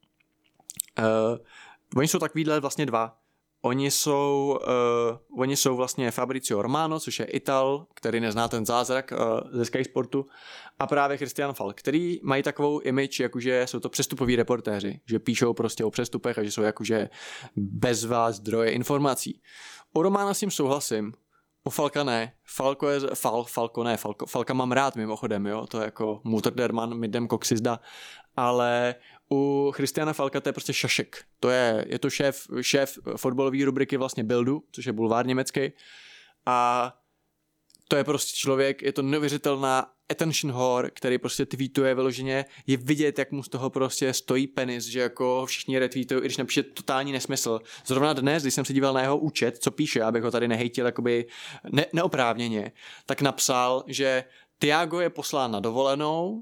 oni jsou takovýhle vlastně dva. Oni jsou, uh, oni jsou vlastně Fabrizio Romano, což je Ital, který nezná ten zázrak uh, ze Sky Sportu, a právě Christian Falk, který mají takovou image, jakože jsou to přestupoví reportéři, že píšou prostě o přestupech a že jsou jakože bez vás zdroje informací. U Romana s tím souhlasím. U Falka ne. Falko je, Fal, Falko ne, Falko, Falka mám rád mimochodem, jo, to je jako Mutterderman, Midem Koxizda, ale u Christiana Falka to je prostě šašek. To je, je to šéf, šéf fotbalové rubriky vlastně Bildu, což je bulvár německý, a to je prostě člověk, je to neuvěřitelná attention whore, který prostě tweetuje vyloženě, je vidět, jak mu z toho prostě stojí penis, že jako všichni retweetují, i když napíše totální nesmysl. Zrovna dnes, když jsem se díval na jeho účet, co píše, abych ho tady nehejtil jakoby ne- neoprávněně, tak napsal, že Thiago je poslán na dovolenou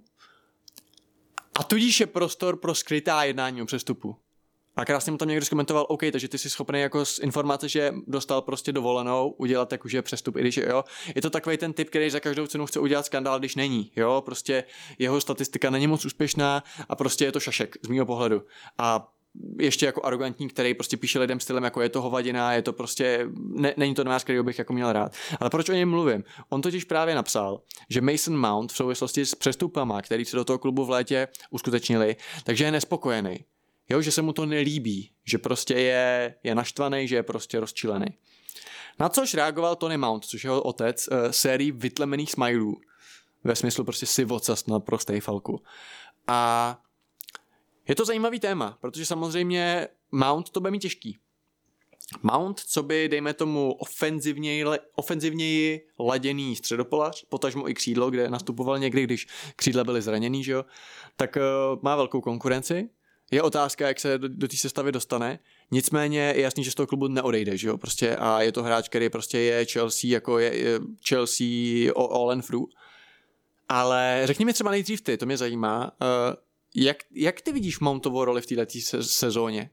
a tudíž je prostor pro skrytá jednání o přestupu. A krásně mu tam někdo komentoval, OK, takže ty jsi schopný jako z informace, že dostal prostě dovolenou udělat jakože přestup, i když jo. Je to takový ten typ, který za každou cenu chce udělat skandál, když není, jo. Prostě jeho statistika není moc úspěšná a prostě je to šašek z mýho pohledu. A ještě jako arrogantní, který prostě píše lidem stylem, jako je to hovadina, je to prostě, ne, není to novinář, který bych jako měl rád. Ale proč o něm mluvím? On totiž právě napsal, že Mason Mount v souvislosti s přestupama, který se do toho klubu v létě uskutečnili, takže je nespokojený. Jo, že se mu to nelíbí, že prostě je, je naštvaný, že je prostě rozčilený. Na což reagoval Tony Mount, což je jeho otec, uh, sérií vytlemených smajlů. Ve smyslu prostě si vocast na prostej Falku. A je to zajímavý téma, protože samozřejmě Mount to bude mít těžký. Mount, co by, dejme tomu, ofenzivněji, ofenzivněji laděný středopolař, potažmo i křídlo, kde nastupoval někdy, když křídla byly zraněný, že jo, tak uh, má velkou konkurenci. Je otázka, jak se do, do té sestavy dostane. Nicméně je jasný, že z toho klubu neodejde, že jo? Prostě a je to hráč, který prostě je Chelsea, jako je, je Chelsea all and through. Ale řekni mi třeba nejdřív ty, to mě zajímá. Uh, jak, jak ty vidíš Mountovou roli v této se, sezóně?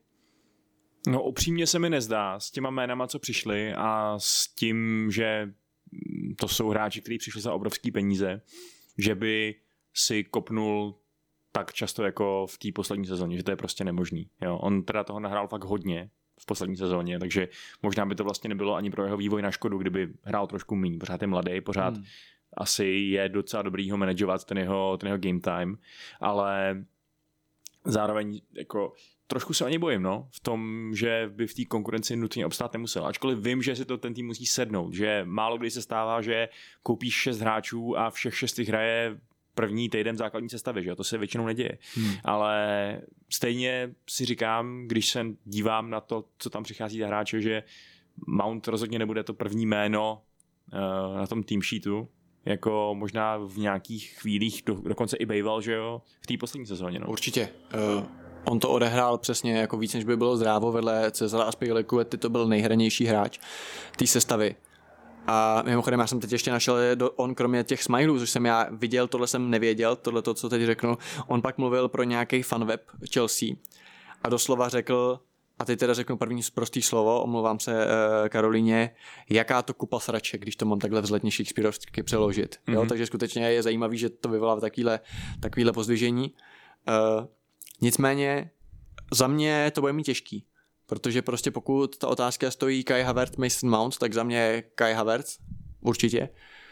No upřímně se mi nezdá s těma jménama, co přišli a s tím, že to jsou hráči, kteří přišli za obrovský peníze, že by si kopnul tak často jako v té poslední sezóně, že to je prostě nemožný. Jo? On teda toho nahrál fakt hodně v poslední sezóně, takže možná by to vlastně nebylo ani pro jeho vývoj na škodu, kdyby hrál trošku méně. Pořád je mladý, pořád hmm. asi je docela dobrý ho manažovat ten jeho, ten jeho game time, ale zároveň jako trošku se o něj bojím, no, v tom, že by v té konkurenci nutně obstát nemusel. Ačkoliv vím, že si to ten tým musí sednout, že málo kdy se stává, že koupíš šest hráčů a všech šest hraje první týden základní sestavy, že jo? To se většinou neděje. Hmm. Ale stejně si říkám, když se dívám na to, co tam přichází za hráče, že Mount rozhodně nebude to první jméno uh, na tom team sheetu, jako možná v nějakých chvílích, do, dokonce i bejval, že jo, v té poslední sezóně. No. Určitě. Uh, on to odehrál přesně jako víc, než by bylo zdrávo, vedle Cezara Azpilicuety to byl nejhranější hráč té sestavy. A mimochodem já jsem teď ještě našel, do, on kromě těch smajlů, což jsem já viděl, tohle jsem nevěděl, tohle to, co teď řeknu, on pak mluvil pro nějaký fanweb Chelsea a doslova řekl, a teď teda řeknu první prostý slovo, omlouvám se uh, Karolíně, jaká to kupa srače, když to mám takhle vzletně shakespearovsky přeložit. Mm-hmm. Jo, takže skutečně je zajímavý, že to vyvolá takovýhle, takovýhle pozdvižení. Uh, nicméně za mě to bude mít těžký. Protože prostě pokud ta otázka stojí Kai Havertz, Mason Mount, tak za mě Kai Havertz, určitě.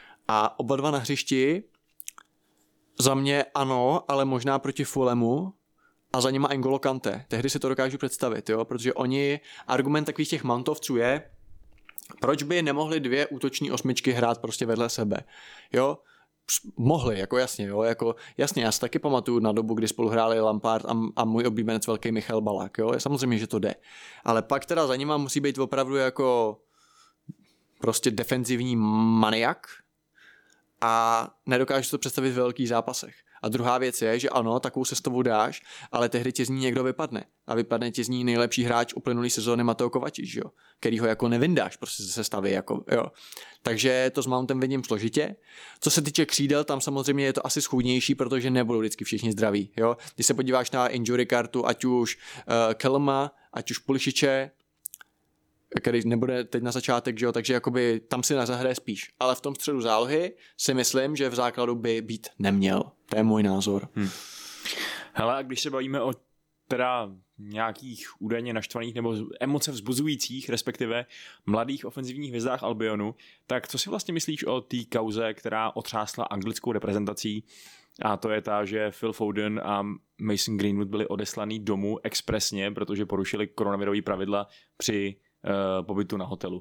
A oba dva na hřišti, za mě ano, ale možná proti Fulhamu a za nima N'Golo Kanté. Tehdy si to dokážu představit, jo, protože oni, argument takových těch mantovců je, proč by nemohli dvě útoční osmičky hrát prostě vedle sebe, jo, mohli, jako jasně, jo, jako jasně, já si taky pamatuju na dobu, kdy spolu hráli Lampard a, a můj oblíbenec velký Michal Balák, jo, samozřejmě, že to jde, ale pak teda za nima musí být opravdu jako prostě defenzivní maniak a nedokážu to představit v velkých zápasech. A druhá věc je, že ano, takovou sestavu dáš, ale tehdy ti z ní někdo vypadne. A vypadne ti z ní nejlepší hráč uplynulý sezóny Mateo Kovačič, jo, který ho jako nevyndáš prostě ze sestavy, jako, jo. Takže to s Mountem vidím složitě. Co se týče křídel, tam samozřejmě je to asi schůdnější, protože nebudou vždycky všichni zdraví, jo. Když se podíváš na injury kartu, ať už uh, Kelma, ať už Pulišiče, který nebude teď na začátek, že jo, takže jakoby tam si nezahraje spíš. Ale v tom středu zálohy si myslím, že v základu by být neměl. To je můj názor. Hmm. Hele, a když se bavíme o teda nějakých údajně naštvaných nebo emoce vzbuzujících, respektive mladých ofenzivních hvězdách Albionu, tak co si vlastně myslíš o té kauze, která otřásla anglickou reprezentací, a to je ta, že Phil Foden a Mason Greenwood byli odeslaný domů expresně, protože porušili koronavirové pravidla při uh, pobytu na hotelu.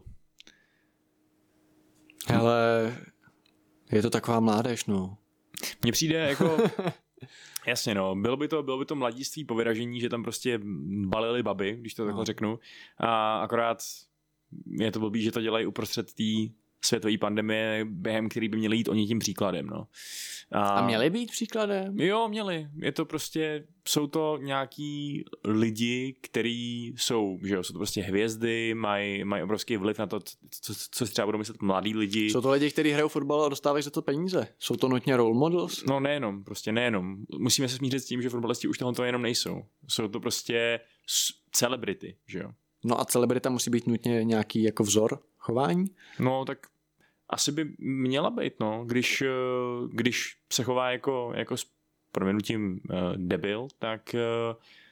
Ale je to taková mládež, no. Mně přijde jako... Jasně, no, bylo by to, bylo by to mladiství po vyražení, že tam prostě balili baby, když to takhle no. řeknu. A akorát je to blbý, že to dělají uprostřed té světové pandemie, během který by měli jít oni tím příkladem, no. A, a měli být příkladem? Jo, měli. Je to prostě, jsou to nějaký lidi, kteří jsou, že jo, jsou to prostě hvězdy, mají maj obrovský vliv na to, co, co si třeba budou myslet mladí lidi. Jsou to lidi, kteří hrajou fotbal a dostávají za to peníze. Jsou to nutně role models? No nejenom, prostě nejenom. Musíme se smířit s tím, že fotbalisti už tohle jenom nejsou. Jsou to prostě celebrity, že jo. No a celebrita musí být nutně nějaký jako vzor chování? No tak asi by měla být, no. Když, když se chová jako, jako s proměnutím uh, debil, tak uh,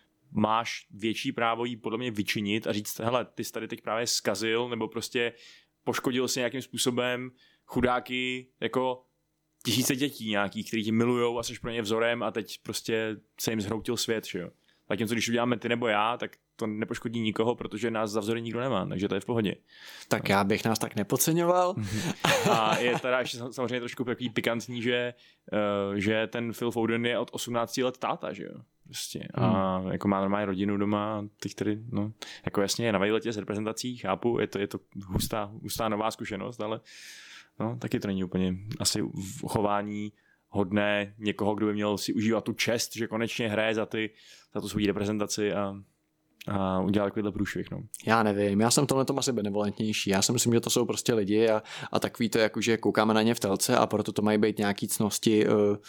máš větší právo jí podle mě vyčinit a říct, hele, ty jsi tady teď právě zkazil, nebo prostě poškodil si nějakým způsobem chudáky, jako tisíce dětí nějakých, kteří tě milujou a jsi pro ně vzorem a teď prostě se jim zhroutil svět, že jo. Zatímco když uděláme ty nebo já, tak to nepoškodí nikoho, protože nás za vzory nikdo nemá, takže to je v pohodě. Tak já bych nás tak nepodceňoval. A je teda ještě samozřejmě trošku takový pikantní, že, uh, že ten Phil Foden je od osmnácti let táta, že jo. Prostě. A hmm. jako má normální rodinu doma, teď tady, no, jako jasně je na vejletě z reprezentací, chápu, je to, je to hustá, hustá nová zkušenost, ale no, taky to není úplně asi v chování hodné někoho, kdo by měl si užívat tu čest, že konečně hraje za, ty, za tu svou reprezentaci a, a udělal takovýhle průšvih. No. Já nevím, já jsem v tomhle tom asi benevolentnější. Já si myslím, že to jsou prostě lidi a, a takový to, jako, že koukáme na ně v telce a proto to mají být nějaký ctnosti.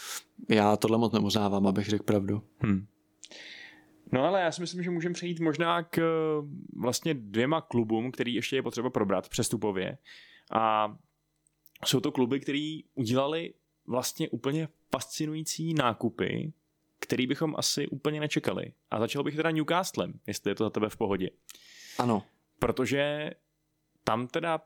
Já tohle moc neuznávám, abych řekl pravdu. Hmm. No ale já si myslím, že můžeme přejít možná k vlastně dvěma klubům, který ještě je potřeba probrat přestupově. A jsou to kluby, který udělali vlastně úplně fascinující nákupy, který bychom asi úplně nečekali. A začal bych teda Newcastlem, jestli je to za tebe v pohodě. Ano. Protože tam teda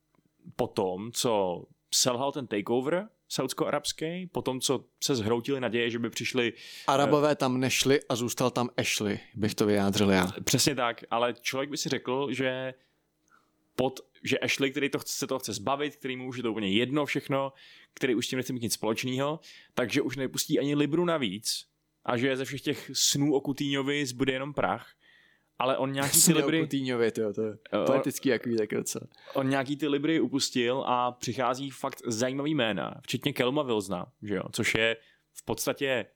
potom, co selhal ten takeover saudsko-arabský, potom, co se zhroutily naděje, že by přišli... Arabové tam nešli a zůstal tam Ashley, bych to vyjádřil já. Přesně tak, ale člověk by si řekl, že pod, že Ashley, který to chce, se toho chce zbavit, který mu už je to úplně jedno všechno, který už s tím nechce mít nic společného, takže už nepustí ani libru navíc a že ze všech těch snů o Coutinhovi zbude jenom prach. Ale on nějaký ty libry... Coutinhovi, to, to je poetický jaký tak docela. On nějaký ty libry upustil a přichází fakt zajímavý jména, včetně Kelma Wilsona, že jo, což je v podstatě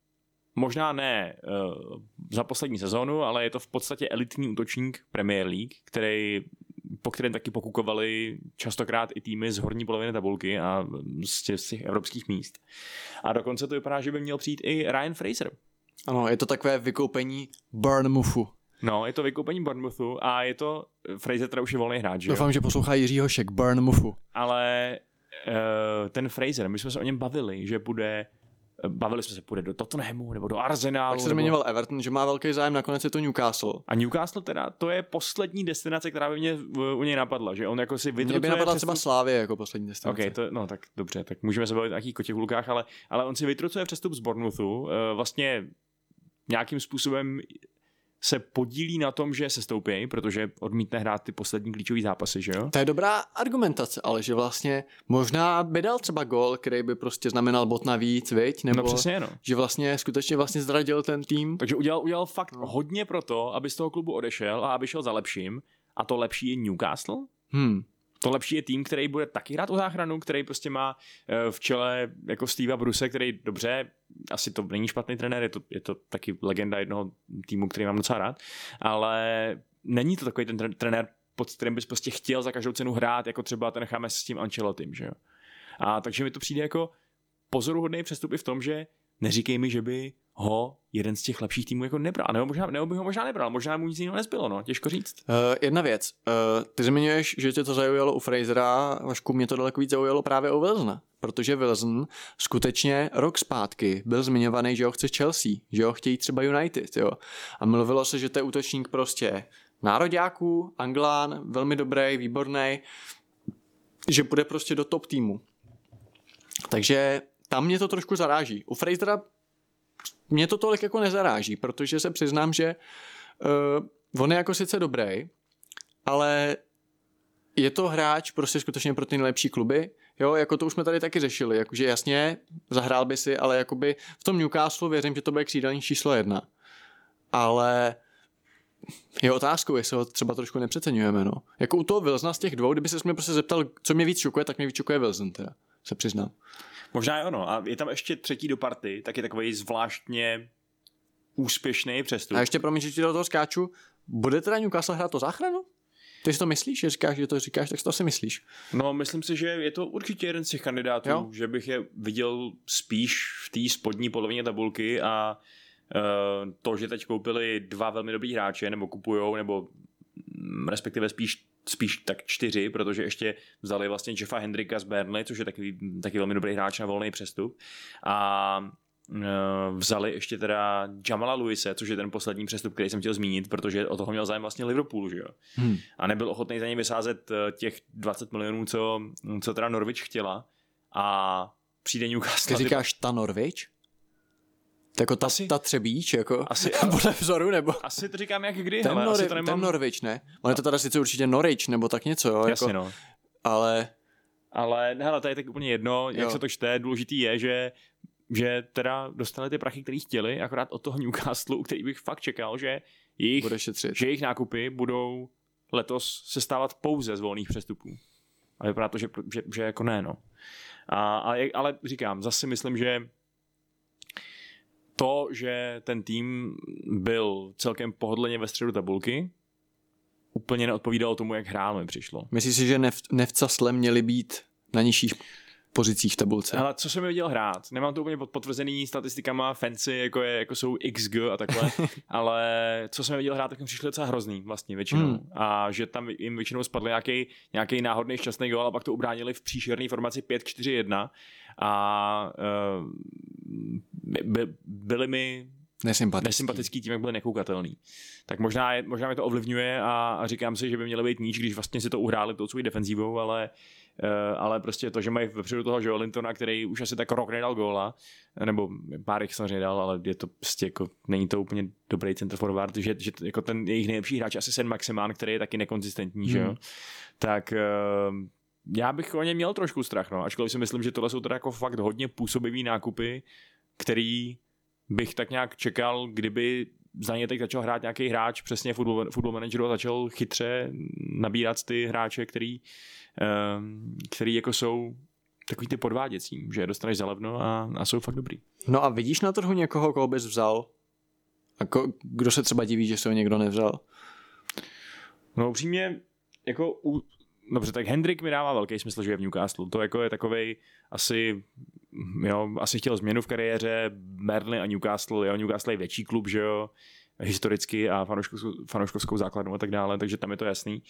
možná ne uh, za poslední sezónu, ale je to v podstatě elitní útočník Premier League, který, po kterém taky pokukovali častokrát i týmy z horní poloviny tabulky a z těch, z těch evropských míst. A dokonce to vypadá, že by měl přijít i Ryan Fraser. Ano, je to takové vykoupení Bournemouthu. No, je to vykoupení Bournemouthu a je to, Fraser teda už je volný hráč, že jo? Doufám, že poslouchá Jiří Hošek, Bournemouthu. Ale uh, ten Fraser, my jsme se o něm bavili, že bude, bavili jsme se, půjde do Tottenhamu nebo do Arsenalu. Tak se nebo... zmiňoval Everton, že má velký zájem, nakonec je to Newcastle. A Newcastle teda, to je poslední destinace, která by mě u něj napadla, že on jako si vytrcuje... Mě by napadla přes... třeba Slávie jako poslední destinace. Ok, to, no tak dobře, tak můžeme se bavit o nějakých kotěhulkách, ale, ale on si vytrucuje přestup z Bournemouthu, uh, vlastně nějakým způsobem se podílí na tom, že se stoupí, protože odmítne hrát ty poslední klíčové zápasy, že jo? To je dobrá argumentace, ale že vlastně možná by dal třeba gól, který by prostě znamenal bod navíc, viď? Nebo no přesně, no. Že vlastně skutečně vlastně zradil ten tým. Takže udělal, udělal fakt no. hodně pro to, aby z toho klubu odešel a aby šel za lepším. A to lepší je Newcastle. Hmm. To lepší je tým, který bude taky hrát o záchranu, který prostě má v čele jako Steva Bruse, který dobře, asi to není špatný trenér, je to, je to taky legenda jednoho týmu, který mám docela rád, ale není to takový ten trenér, pod kterým bys prostě chtěl za každou cenu hrát, jako třeba ten James s tím Ancelottim, že jo. A takže mi to přijde jako pozoruhodný přestup i v tom, že neříkej mi, že by ho jeden z těch lepších týmů jako nebral. Nebo, možná, nebo by ho možná nebral, možná mu nic jiného nezbylo, no, těžko říct. Uh, jedna věc, uh, ty zmiňuješ, že tě to zaujalo u Frasera, Vašku, mě to daleko víc zaujalo právě u Wilsona, protože Wilson skutečně rok zpátky byl zmiňovaný, že ho chce Chelsea, že ho chtějí třeba United, jo. A mluvilo se, že to je útočník prostě nároďáků, Anglán, velmi dobrý, výborný, že půjde prostě do top týmu. Takže tam mě to trošku zaráží. U Frasera mě to tolik jako nezaráží, protože se přiznám, že uh, on je jako sice dobrý, ale je to hráč prostě skutečně pro ty nejlepší kluby, jo, jako to už jsme tady taky řešili, jakože jasně, zahrál by si, ale jakoby v tom Newcastle věřím, že to bude křídelní číslo jedna. Ale je otázkou, jestli ho třeba trošku nepřeceňujeme, no. Jako u toho Wilsona z těch dvou, kdyby se mě prostě zeptal, co mě víc šokuje, tak mě víc šokuje Wilson, teda, se přiznám. Možná je ono. A je tam ještě třetí do party, tak je takový zvláštně úspěšný přestup. A ještě promiň, že ti do toho skáču, bude teda Newcastle hrát to záchranu? Ty si to myslíš, že říkáš, že to říkáš, tak to si myslíš. No, myslím si, že je to určitě jeden z těch kandidátů, jo? Že bych je viděl spíš v té spodní polovině tabulky a uh, to, že teď koupili dva velmi dobrý hráče, nebo kupujou, nebo respektive spíš spíš tak čtyři, protože ještě vzali vlastně Jeffa Hendricka z Burnley, což je taky, taky velmi dobrý hráč na volný přestup. A e, vzali ještě teda Jamala Lewise, což je ten poslední přestup, který jsem chtěl zmínit, protože o toho měl zájem vlastně Liverpool, že jo. Hmm. A nebyl ochotný za něj vysázet těch dvacet milionů, co, co teda Norwich chtěla. A přijde Newcastle. Ty říkáš ta Norwich? Jako ta, ta Třebíč, jako asi, podle vzoru, nebo? Asi to říkám jak kdy, ten, hele, Nori, asi to nemám... ten Norwich, ne? On je to teda sice určitě Norwich, nebo tak něco, jo? Jasně, jako, no. Ale... Ale, hele, to je tak úplně jedno, jak jo. se to čte, důležitý je, že, že teda dostali ty prachy, které chtěli, akorát od toho Newcastle, u který bych fakt čekal, že jejich, že jejich nákupy budou letos se stávat pouze z volných přestupů. A vypadá to, že, že, že jako ne, no. A, ale, ale říkám, zase myslím, že to, že ten tým byl celkem pohodlně ve středu tabulky, úplně neodpovídalo tomu, jak hrál mi přišlo. Myslíš si, že nev, Nevcasle měli být na nižších pozicích v tabulce? Ale co jsem mi viděl hrát? Nemám to úplně potvrzený statistikama fancy, jako, je, jako jsou X G a takhle, ale co jsem mi viděl hrát, tak mi přišlo docela hrozný vlastně většinou. Hmm. A že tam jim většinou spadl nějaký, nějaký náhodný šťastný gól a pak to ubránili v příšerné formaci pět čtyři jedna a uh, by, byli mi nesympatický. nesympatický tím, jak byli nekoukatelný. Tak možná, je, možná mi to ovlivňuje a, a říkám si, že by měli být níž, když vlastně si to uhráli tou svou defenzívou, ale, uh, ale prostě to, že mají vepředu toho Joe Lintona, který už asi tak rok nedal góla, nebo pár jich samozřejmě dal, ale je to prostě jako, není to úplně dobrý center forward, že, že jako ten jejich nejlepší hráč asi Sen Maximán, který je taky nekonzistentní, hmm. že jo? Tak uh, já bych o ně měl trošku strach, no, ačkoliv si myslím, že tohle jsou teda jako fakt hodně působivý nákupy, který bych tak nějak čekal, kdyby za ně teď začal hrát nějaký hráč přesně football, football manageru a začal chytře nabírat ty hráče, který, um, který jako jsou takový ty podváděcí, že je dostaneš za levno a, a jsou fakt dobrý. No a vidíš na trhu někoho, koho bys vzal? A ko, kdo se třeba diví, že se ho někdo nevzal? No upřímně, jako u, dobře, tak Hendrik mi dává velký smysl, že je v Newcastle. To jako je takovej asi, jo, asi chtěl změnu v kariéře, Burnley a Newcastle, jo, Newcastle je větší klub, že jo, historicky a fanouškovskou, fanouškovskou základnu a tak dále, takže tam je to jasný.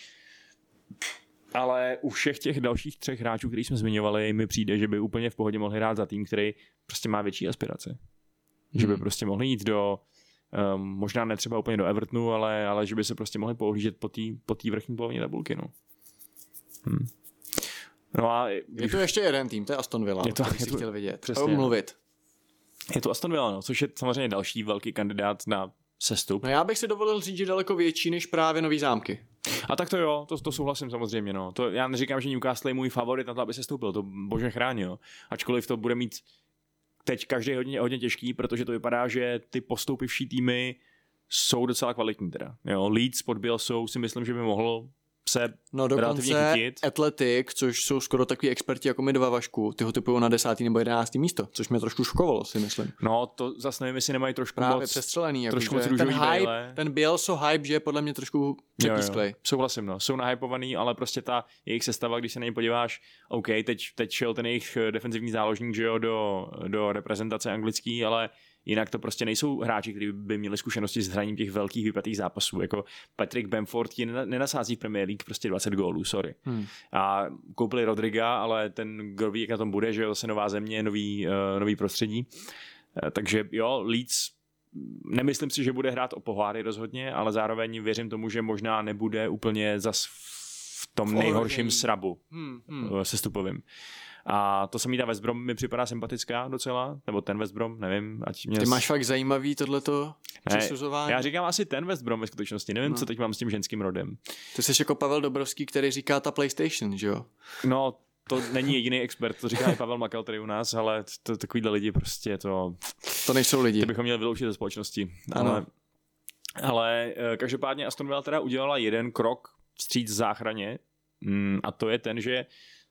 Ale u všech těch dalších třech hráčů, který jsme zmiňovali, mi přijde, že by úplně v pohodě mohli hrát za tým, který prostě má větší aspirace. Hmm. Že by prostě mohli jít do, um, možná ne třeba úplně do Evertonu, ale, ale že by se prostě mohli pohlížet po té po té vrchní polovině tabulky, no. Hmm. No a je tu ještě jeden tým, to je Aston Villa, je to, který je si to, chtěl vidět. Přesně. Mluvit. Je to Aston Villa, no, což je samozřejmě další velký kandidát na sestup. No já bych si dovolil říct, že daleko větší než právě Nový Zámky. A tak to jo, to, to souhlasím samozřejmě, no. To, já neříkám, že Newcastle je můj favorit na to, aby se stoupil, to bože chránil. Ačkoliv to bude mít teď každý hodně, hodně těžký, protože to vypadá, že ty postoupivší týmy jsou docela kvalitní teda. Jo, Leeds pod Bielsou si myslím, že by mohl se no relativně chytit. Athletic, což jsou skoro takový experti jako my dva, Vašku, ty ho typují na desátý nebo jedenáctý místo, což mě trošku šokovalo, si myslím. No, to zase nevím, jestli nemají trošku právě moc přestřelený, jako trošku moc ten hype, brýle. ten Bielso hype, že je podle mě trošku přepísklej. Souhlasím, no. Jsou nahypovaný, ale prostě ta jejich sestava, když se na ně podíváš, OK, teď, teď šel ten jejich defenzivní záložník, že jo, do, do reprezentace anglický, ale jinak to prostě nejsou hráči, kteří by měli zkušenosti s hraním těch velkých vypjatých zápasů. Jako Patrick Bamford ti nenasází v Premier League prostě dvacet gólů, sorry. Hmm. A koupili Rodriga, ale ten kdo ví, jak na tom bude, že jo, zase nová země, nový, uh, nový prostředí. Uh, takže jo, Leeds, nemyslím si, že bude hrát o poháry rozhodně, ale zároveň věřím tomu, že možná nebude úplně zas v tom nejhorším srabu hmm, hmm. sestupovým. A to samý ta West Brom mi připadá sympatická docela, nebo ten West Brom, nevím. Ať mě Ty máš fakt zajímavý tohleto přisuzování. Já říkám asi ten West Brom ve skutečnosti, nevím, no. co teď mám s tím ženským rodem. Ty jsi jako Pavel Dobrovský, který říká ta PlayStation, že jo? No, to není jediný expert, to říká i Pavel Makal tady u nás, ale to, takovýhle lidi prostě to... To nejsou lidi. Ty bychom měli vyloučit ze společnosti. Ale, ale každopádně Aston Villa teda udělala jeden krok vstříc záchraně a to je ten, že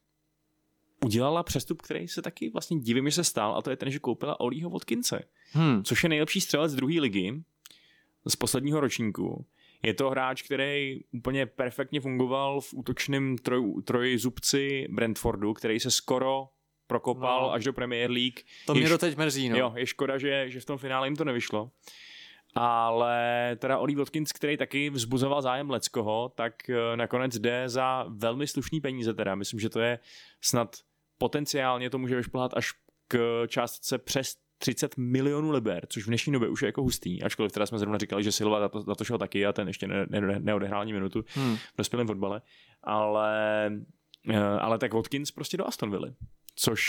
udělala přestup, který se taky vlastně divím, že se stal, a to je ten, že koupila Olího Watkinse, hmm. což je nejlepší střelec druhé ligy z posledního ročníku. Je to hráč, který úplně perfektně fungoval v útočném troj, trojzubci Brentfordu, který se skoro prokopal no. až do Premier League. To mě doteď mrzí, no. Jo, je škoda, že, že v tom finále jim to nevyšlo. Ale teda Ollie Watkins, který taky vzbuzoval zájem Leckoho, tak nakonec jde za velmi slušný peníze teda. Myslím, že to je snad potenciálně to může vyšplhat až k částce přes třicet milionů liber, což v dnešní době už je jako hustý, ačkoliv teda jsme zrovna říkali, že Silva za to, za to šel taky a ten ještě ne, ne, neodehrál ani minutu hmm. v dospělém fotbale, ale, ale tak Watkins prostě do Aston Villa, což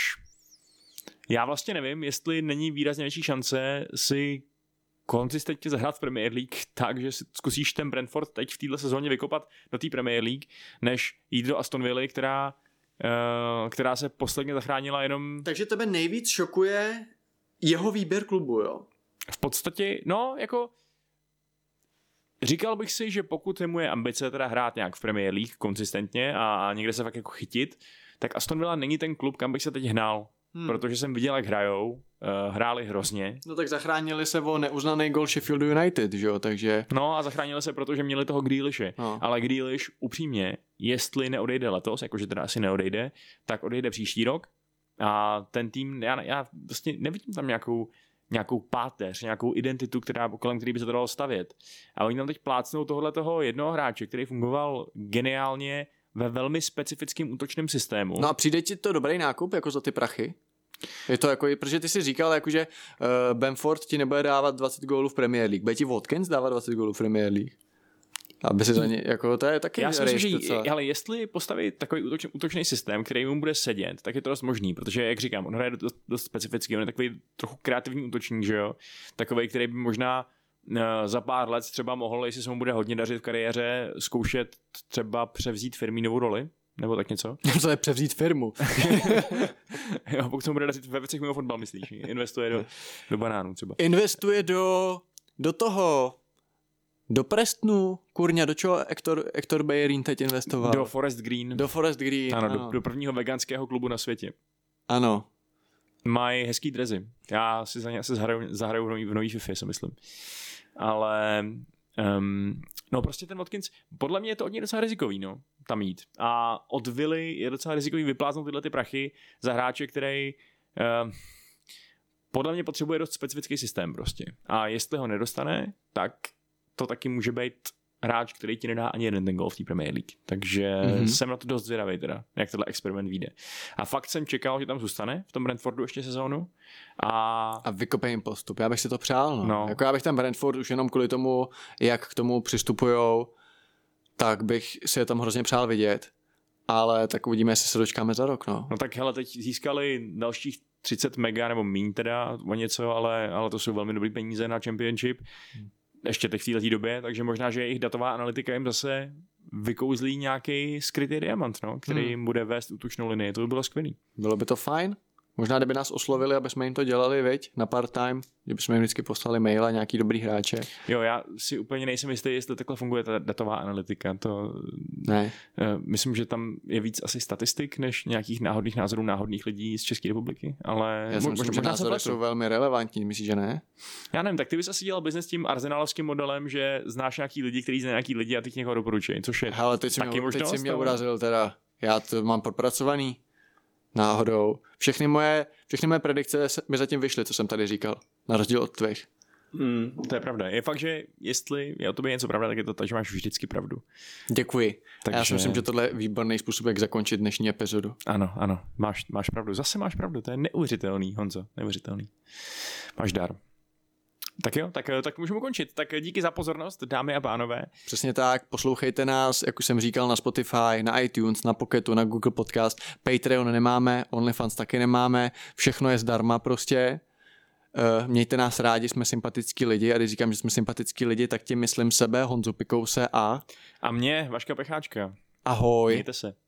já vlastně nevím, jestli není výrazně větší šance si konzistentně zahrát v Premier League tak, že si zkusíš ten Brentford teď v této sezóně vykopat do té Premier League, než jít do Aston Villa, která, uh, která se posledně zachránila jenom... Takže tebe nejvíc šokuje jeho výběr klubu, jo? V podstatě, no, jako říkal bych si, že pokud je moje ambice teda hrát nějak v Premier League konzistentně a, a někde se fakt jako chytit, tak Aston Villa není ten klub, kam bych se teď hnal. Hmm. Protože jsem viděl, jak hrajou, uh, hráli hrozně. No tak zachránili se o neuznaný gol Sheffieldu United, že jo, takže... No a zachránili se, protože měli toho Grealishe. No. Ale Grealish, upřímně, jestli neodejde letos, jakože teda asi neodejde, tak odejde příští rok a ten tým, já, já vlastně nevidím tam nějakou, nějakou páteř, nějakou identitu, která, kolem který by se to dalo stavět. A oni tam teď plácnou tohle toho jednoho hráče, který fungoval geniálně ve velmi specifickém útočném systému. No a přijde ti to dobrý nákup, jako za ty prachy? Je to jako, protože ty jsi říkal, jako, že uh, Bamford ti nebude dávat dvacet gólů v Premier League. Bude ti Watkins dávat dvacet gólů v Premier League? Aby si za ně, jako to je taky... Já si myslím, že ale jestli postaví takový útoč, útočný systém, který mu bude sedět, tak je to dost možný, protože, jak říkám, on hraje dost, dost specificky, on je takový trochu kreativní útočník, že jo? Takovej, který by možná uh, za pár let třeba mohl, jestli se mu bude hodně dařit v kariéře, zkoušet třeba převzít Firminovu roli, nebo tak něco. Co je převzít firmu? Jo, pokud se mu bude dařit ve věcech mimo fotbal, myslíš? Investuje do, do banánů třeba. Investuje do, do toho, do Prestonu, kurňa, do čeho Hector, Hector Bellerin teď investoval? Do Forest Green. Do Forest Green, ano. ano. Do, do prvního veganského klubu na světě. Ano. Mají hezký drezy. Já si za ně asi zahraju, zahraju v nový, v nový FIFA, si myslím. Ale... Um, no prostě ten Watkins, podle mě je to od něj docela rizikový, no, tam jít. A od Vily je docela rizikový vypláznout tyhle ty prachy za hráče, který uh, podle mě potřebuje dost specifický systém prostě. A jestli ho nedostane, tak to taky může být hráč, který ti nedá ani jeden ten gól v té Premier League. Takže mm-hmm. jsem na to dost zvědavý teda, jak tenhle experiment vyjde. A fakt jsem čekal, že tam zůstane v tom Brentfordu ještě sezónu. A, a vykope jim postup. Já bych si to přál. No. No. Jako já bych ten Brentford už jenom kvůli tomu, jak k tomu přistupujou, tak bych si je tam hrozně přál vidět. Ale tak uvidíme, jestli se dočkáme za rok. No, no tak hele, teď získali dalších třicet mega nebo míň teda o něco, ale, ale to jsou velmi dobrý peníze na Championship. Hmm. Ještě teď v této době, takže možná, že jejich datová analytika jim zase vykouzlí nějaký skrytý diamant, no, který hmm. jim bude vést útočnou linii. To by bylo skvělý. Bylo by to fajn. Možná, kdyby nás oslovili, aby jsme jim to dělali, viď, na part-time, kdyby jsme jim vždycky poslali mail a nějaký dobrý hráče. Jo, já si úplně nejsem jistý, jestli takhle funguje ta datová analytika. To, ne. Uh, myslím, že tam je víc asi statistik, než nějakých náhodných názorů náhodných lidí z České republiky, ale... Já si myslím, že názory jsou velmi relevantní, myslíš, že ne? Já nevím, tak ty bys asi dělal biznes tím arsenálovským modelem, že znáš nějaký lidi, kteří znají nějaký lidi a ty někoho doporučují, což je hele, teď taky možnost. Teď jsi mě urazil teda, já to mám podpracovaný. Náhodou. Všechny moje, všechny moje predikce mi zatím vyšly, co jsem tady říkal. Na rozdíl od tvých. Mm, to je pravda. Je fakt, že jestli je o tobě něco pravda, tak je to tak, že máš vždycky pravdu. Děkuji. Takže... Já si myslím, že tohle je výborný způsob, jak zakončit dnešní epizodu. Ano, ano. Máš, máš pravdu. Zase máš pravdu. To je neuvěřitelný, Honzo. Neuvěřitelný. Máš dar. Tak jo, tak, tak můžeme končit. Tak díky za pozornost, dámy a pánové. Přesně tak, poslouchejte nás, jak už jsem říkal, na Spotify, na iTunes, na Pocketu, na Google Podcast. Patreon nemáme, OnlyFans taky nemáme, všechno je zdarma prostě. Uh, mějte nás rádi, jsme sympatický lidi a když říkám, že jsme sympatický lidi, tak tím myslím sebe, Honzu Pikouse a... A mě, Vaška Pecháčka. Ahoj. Mějte se.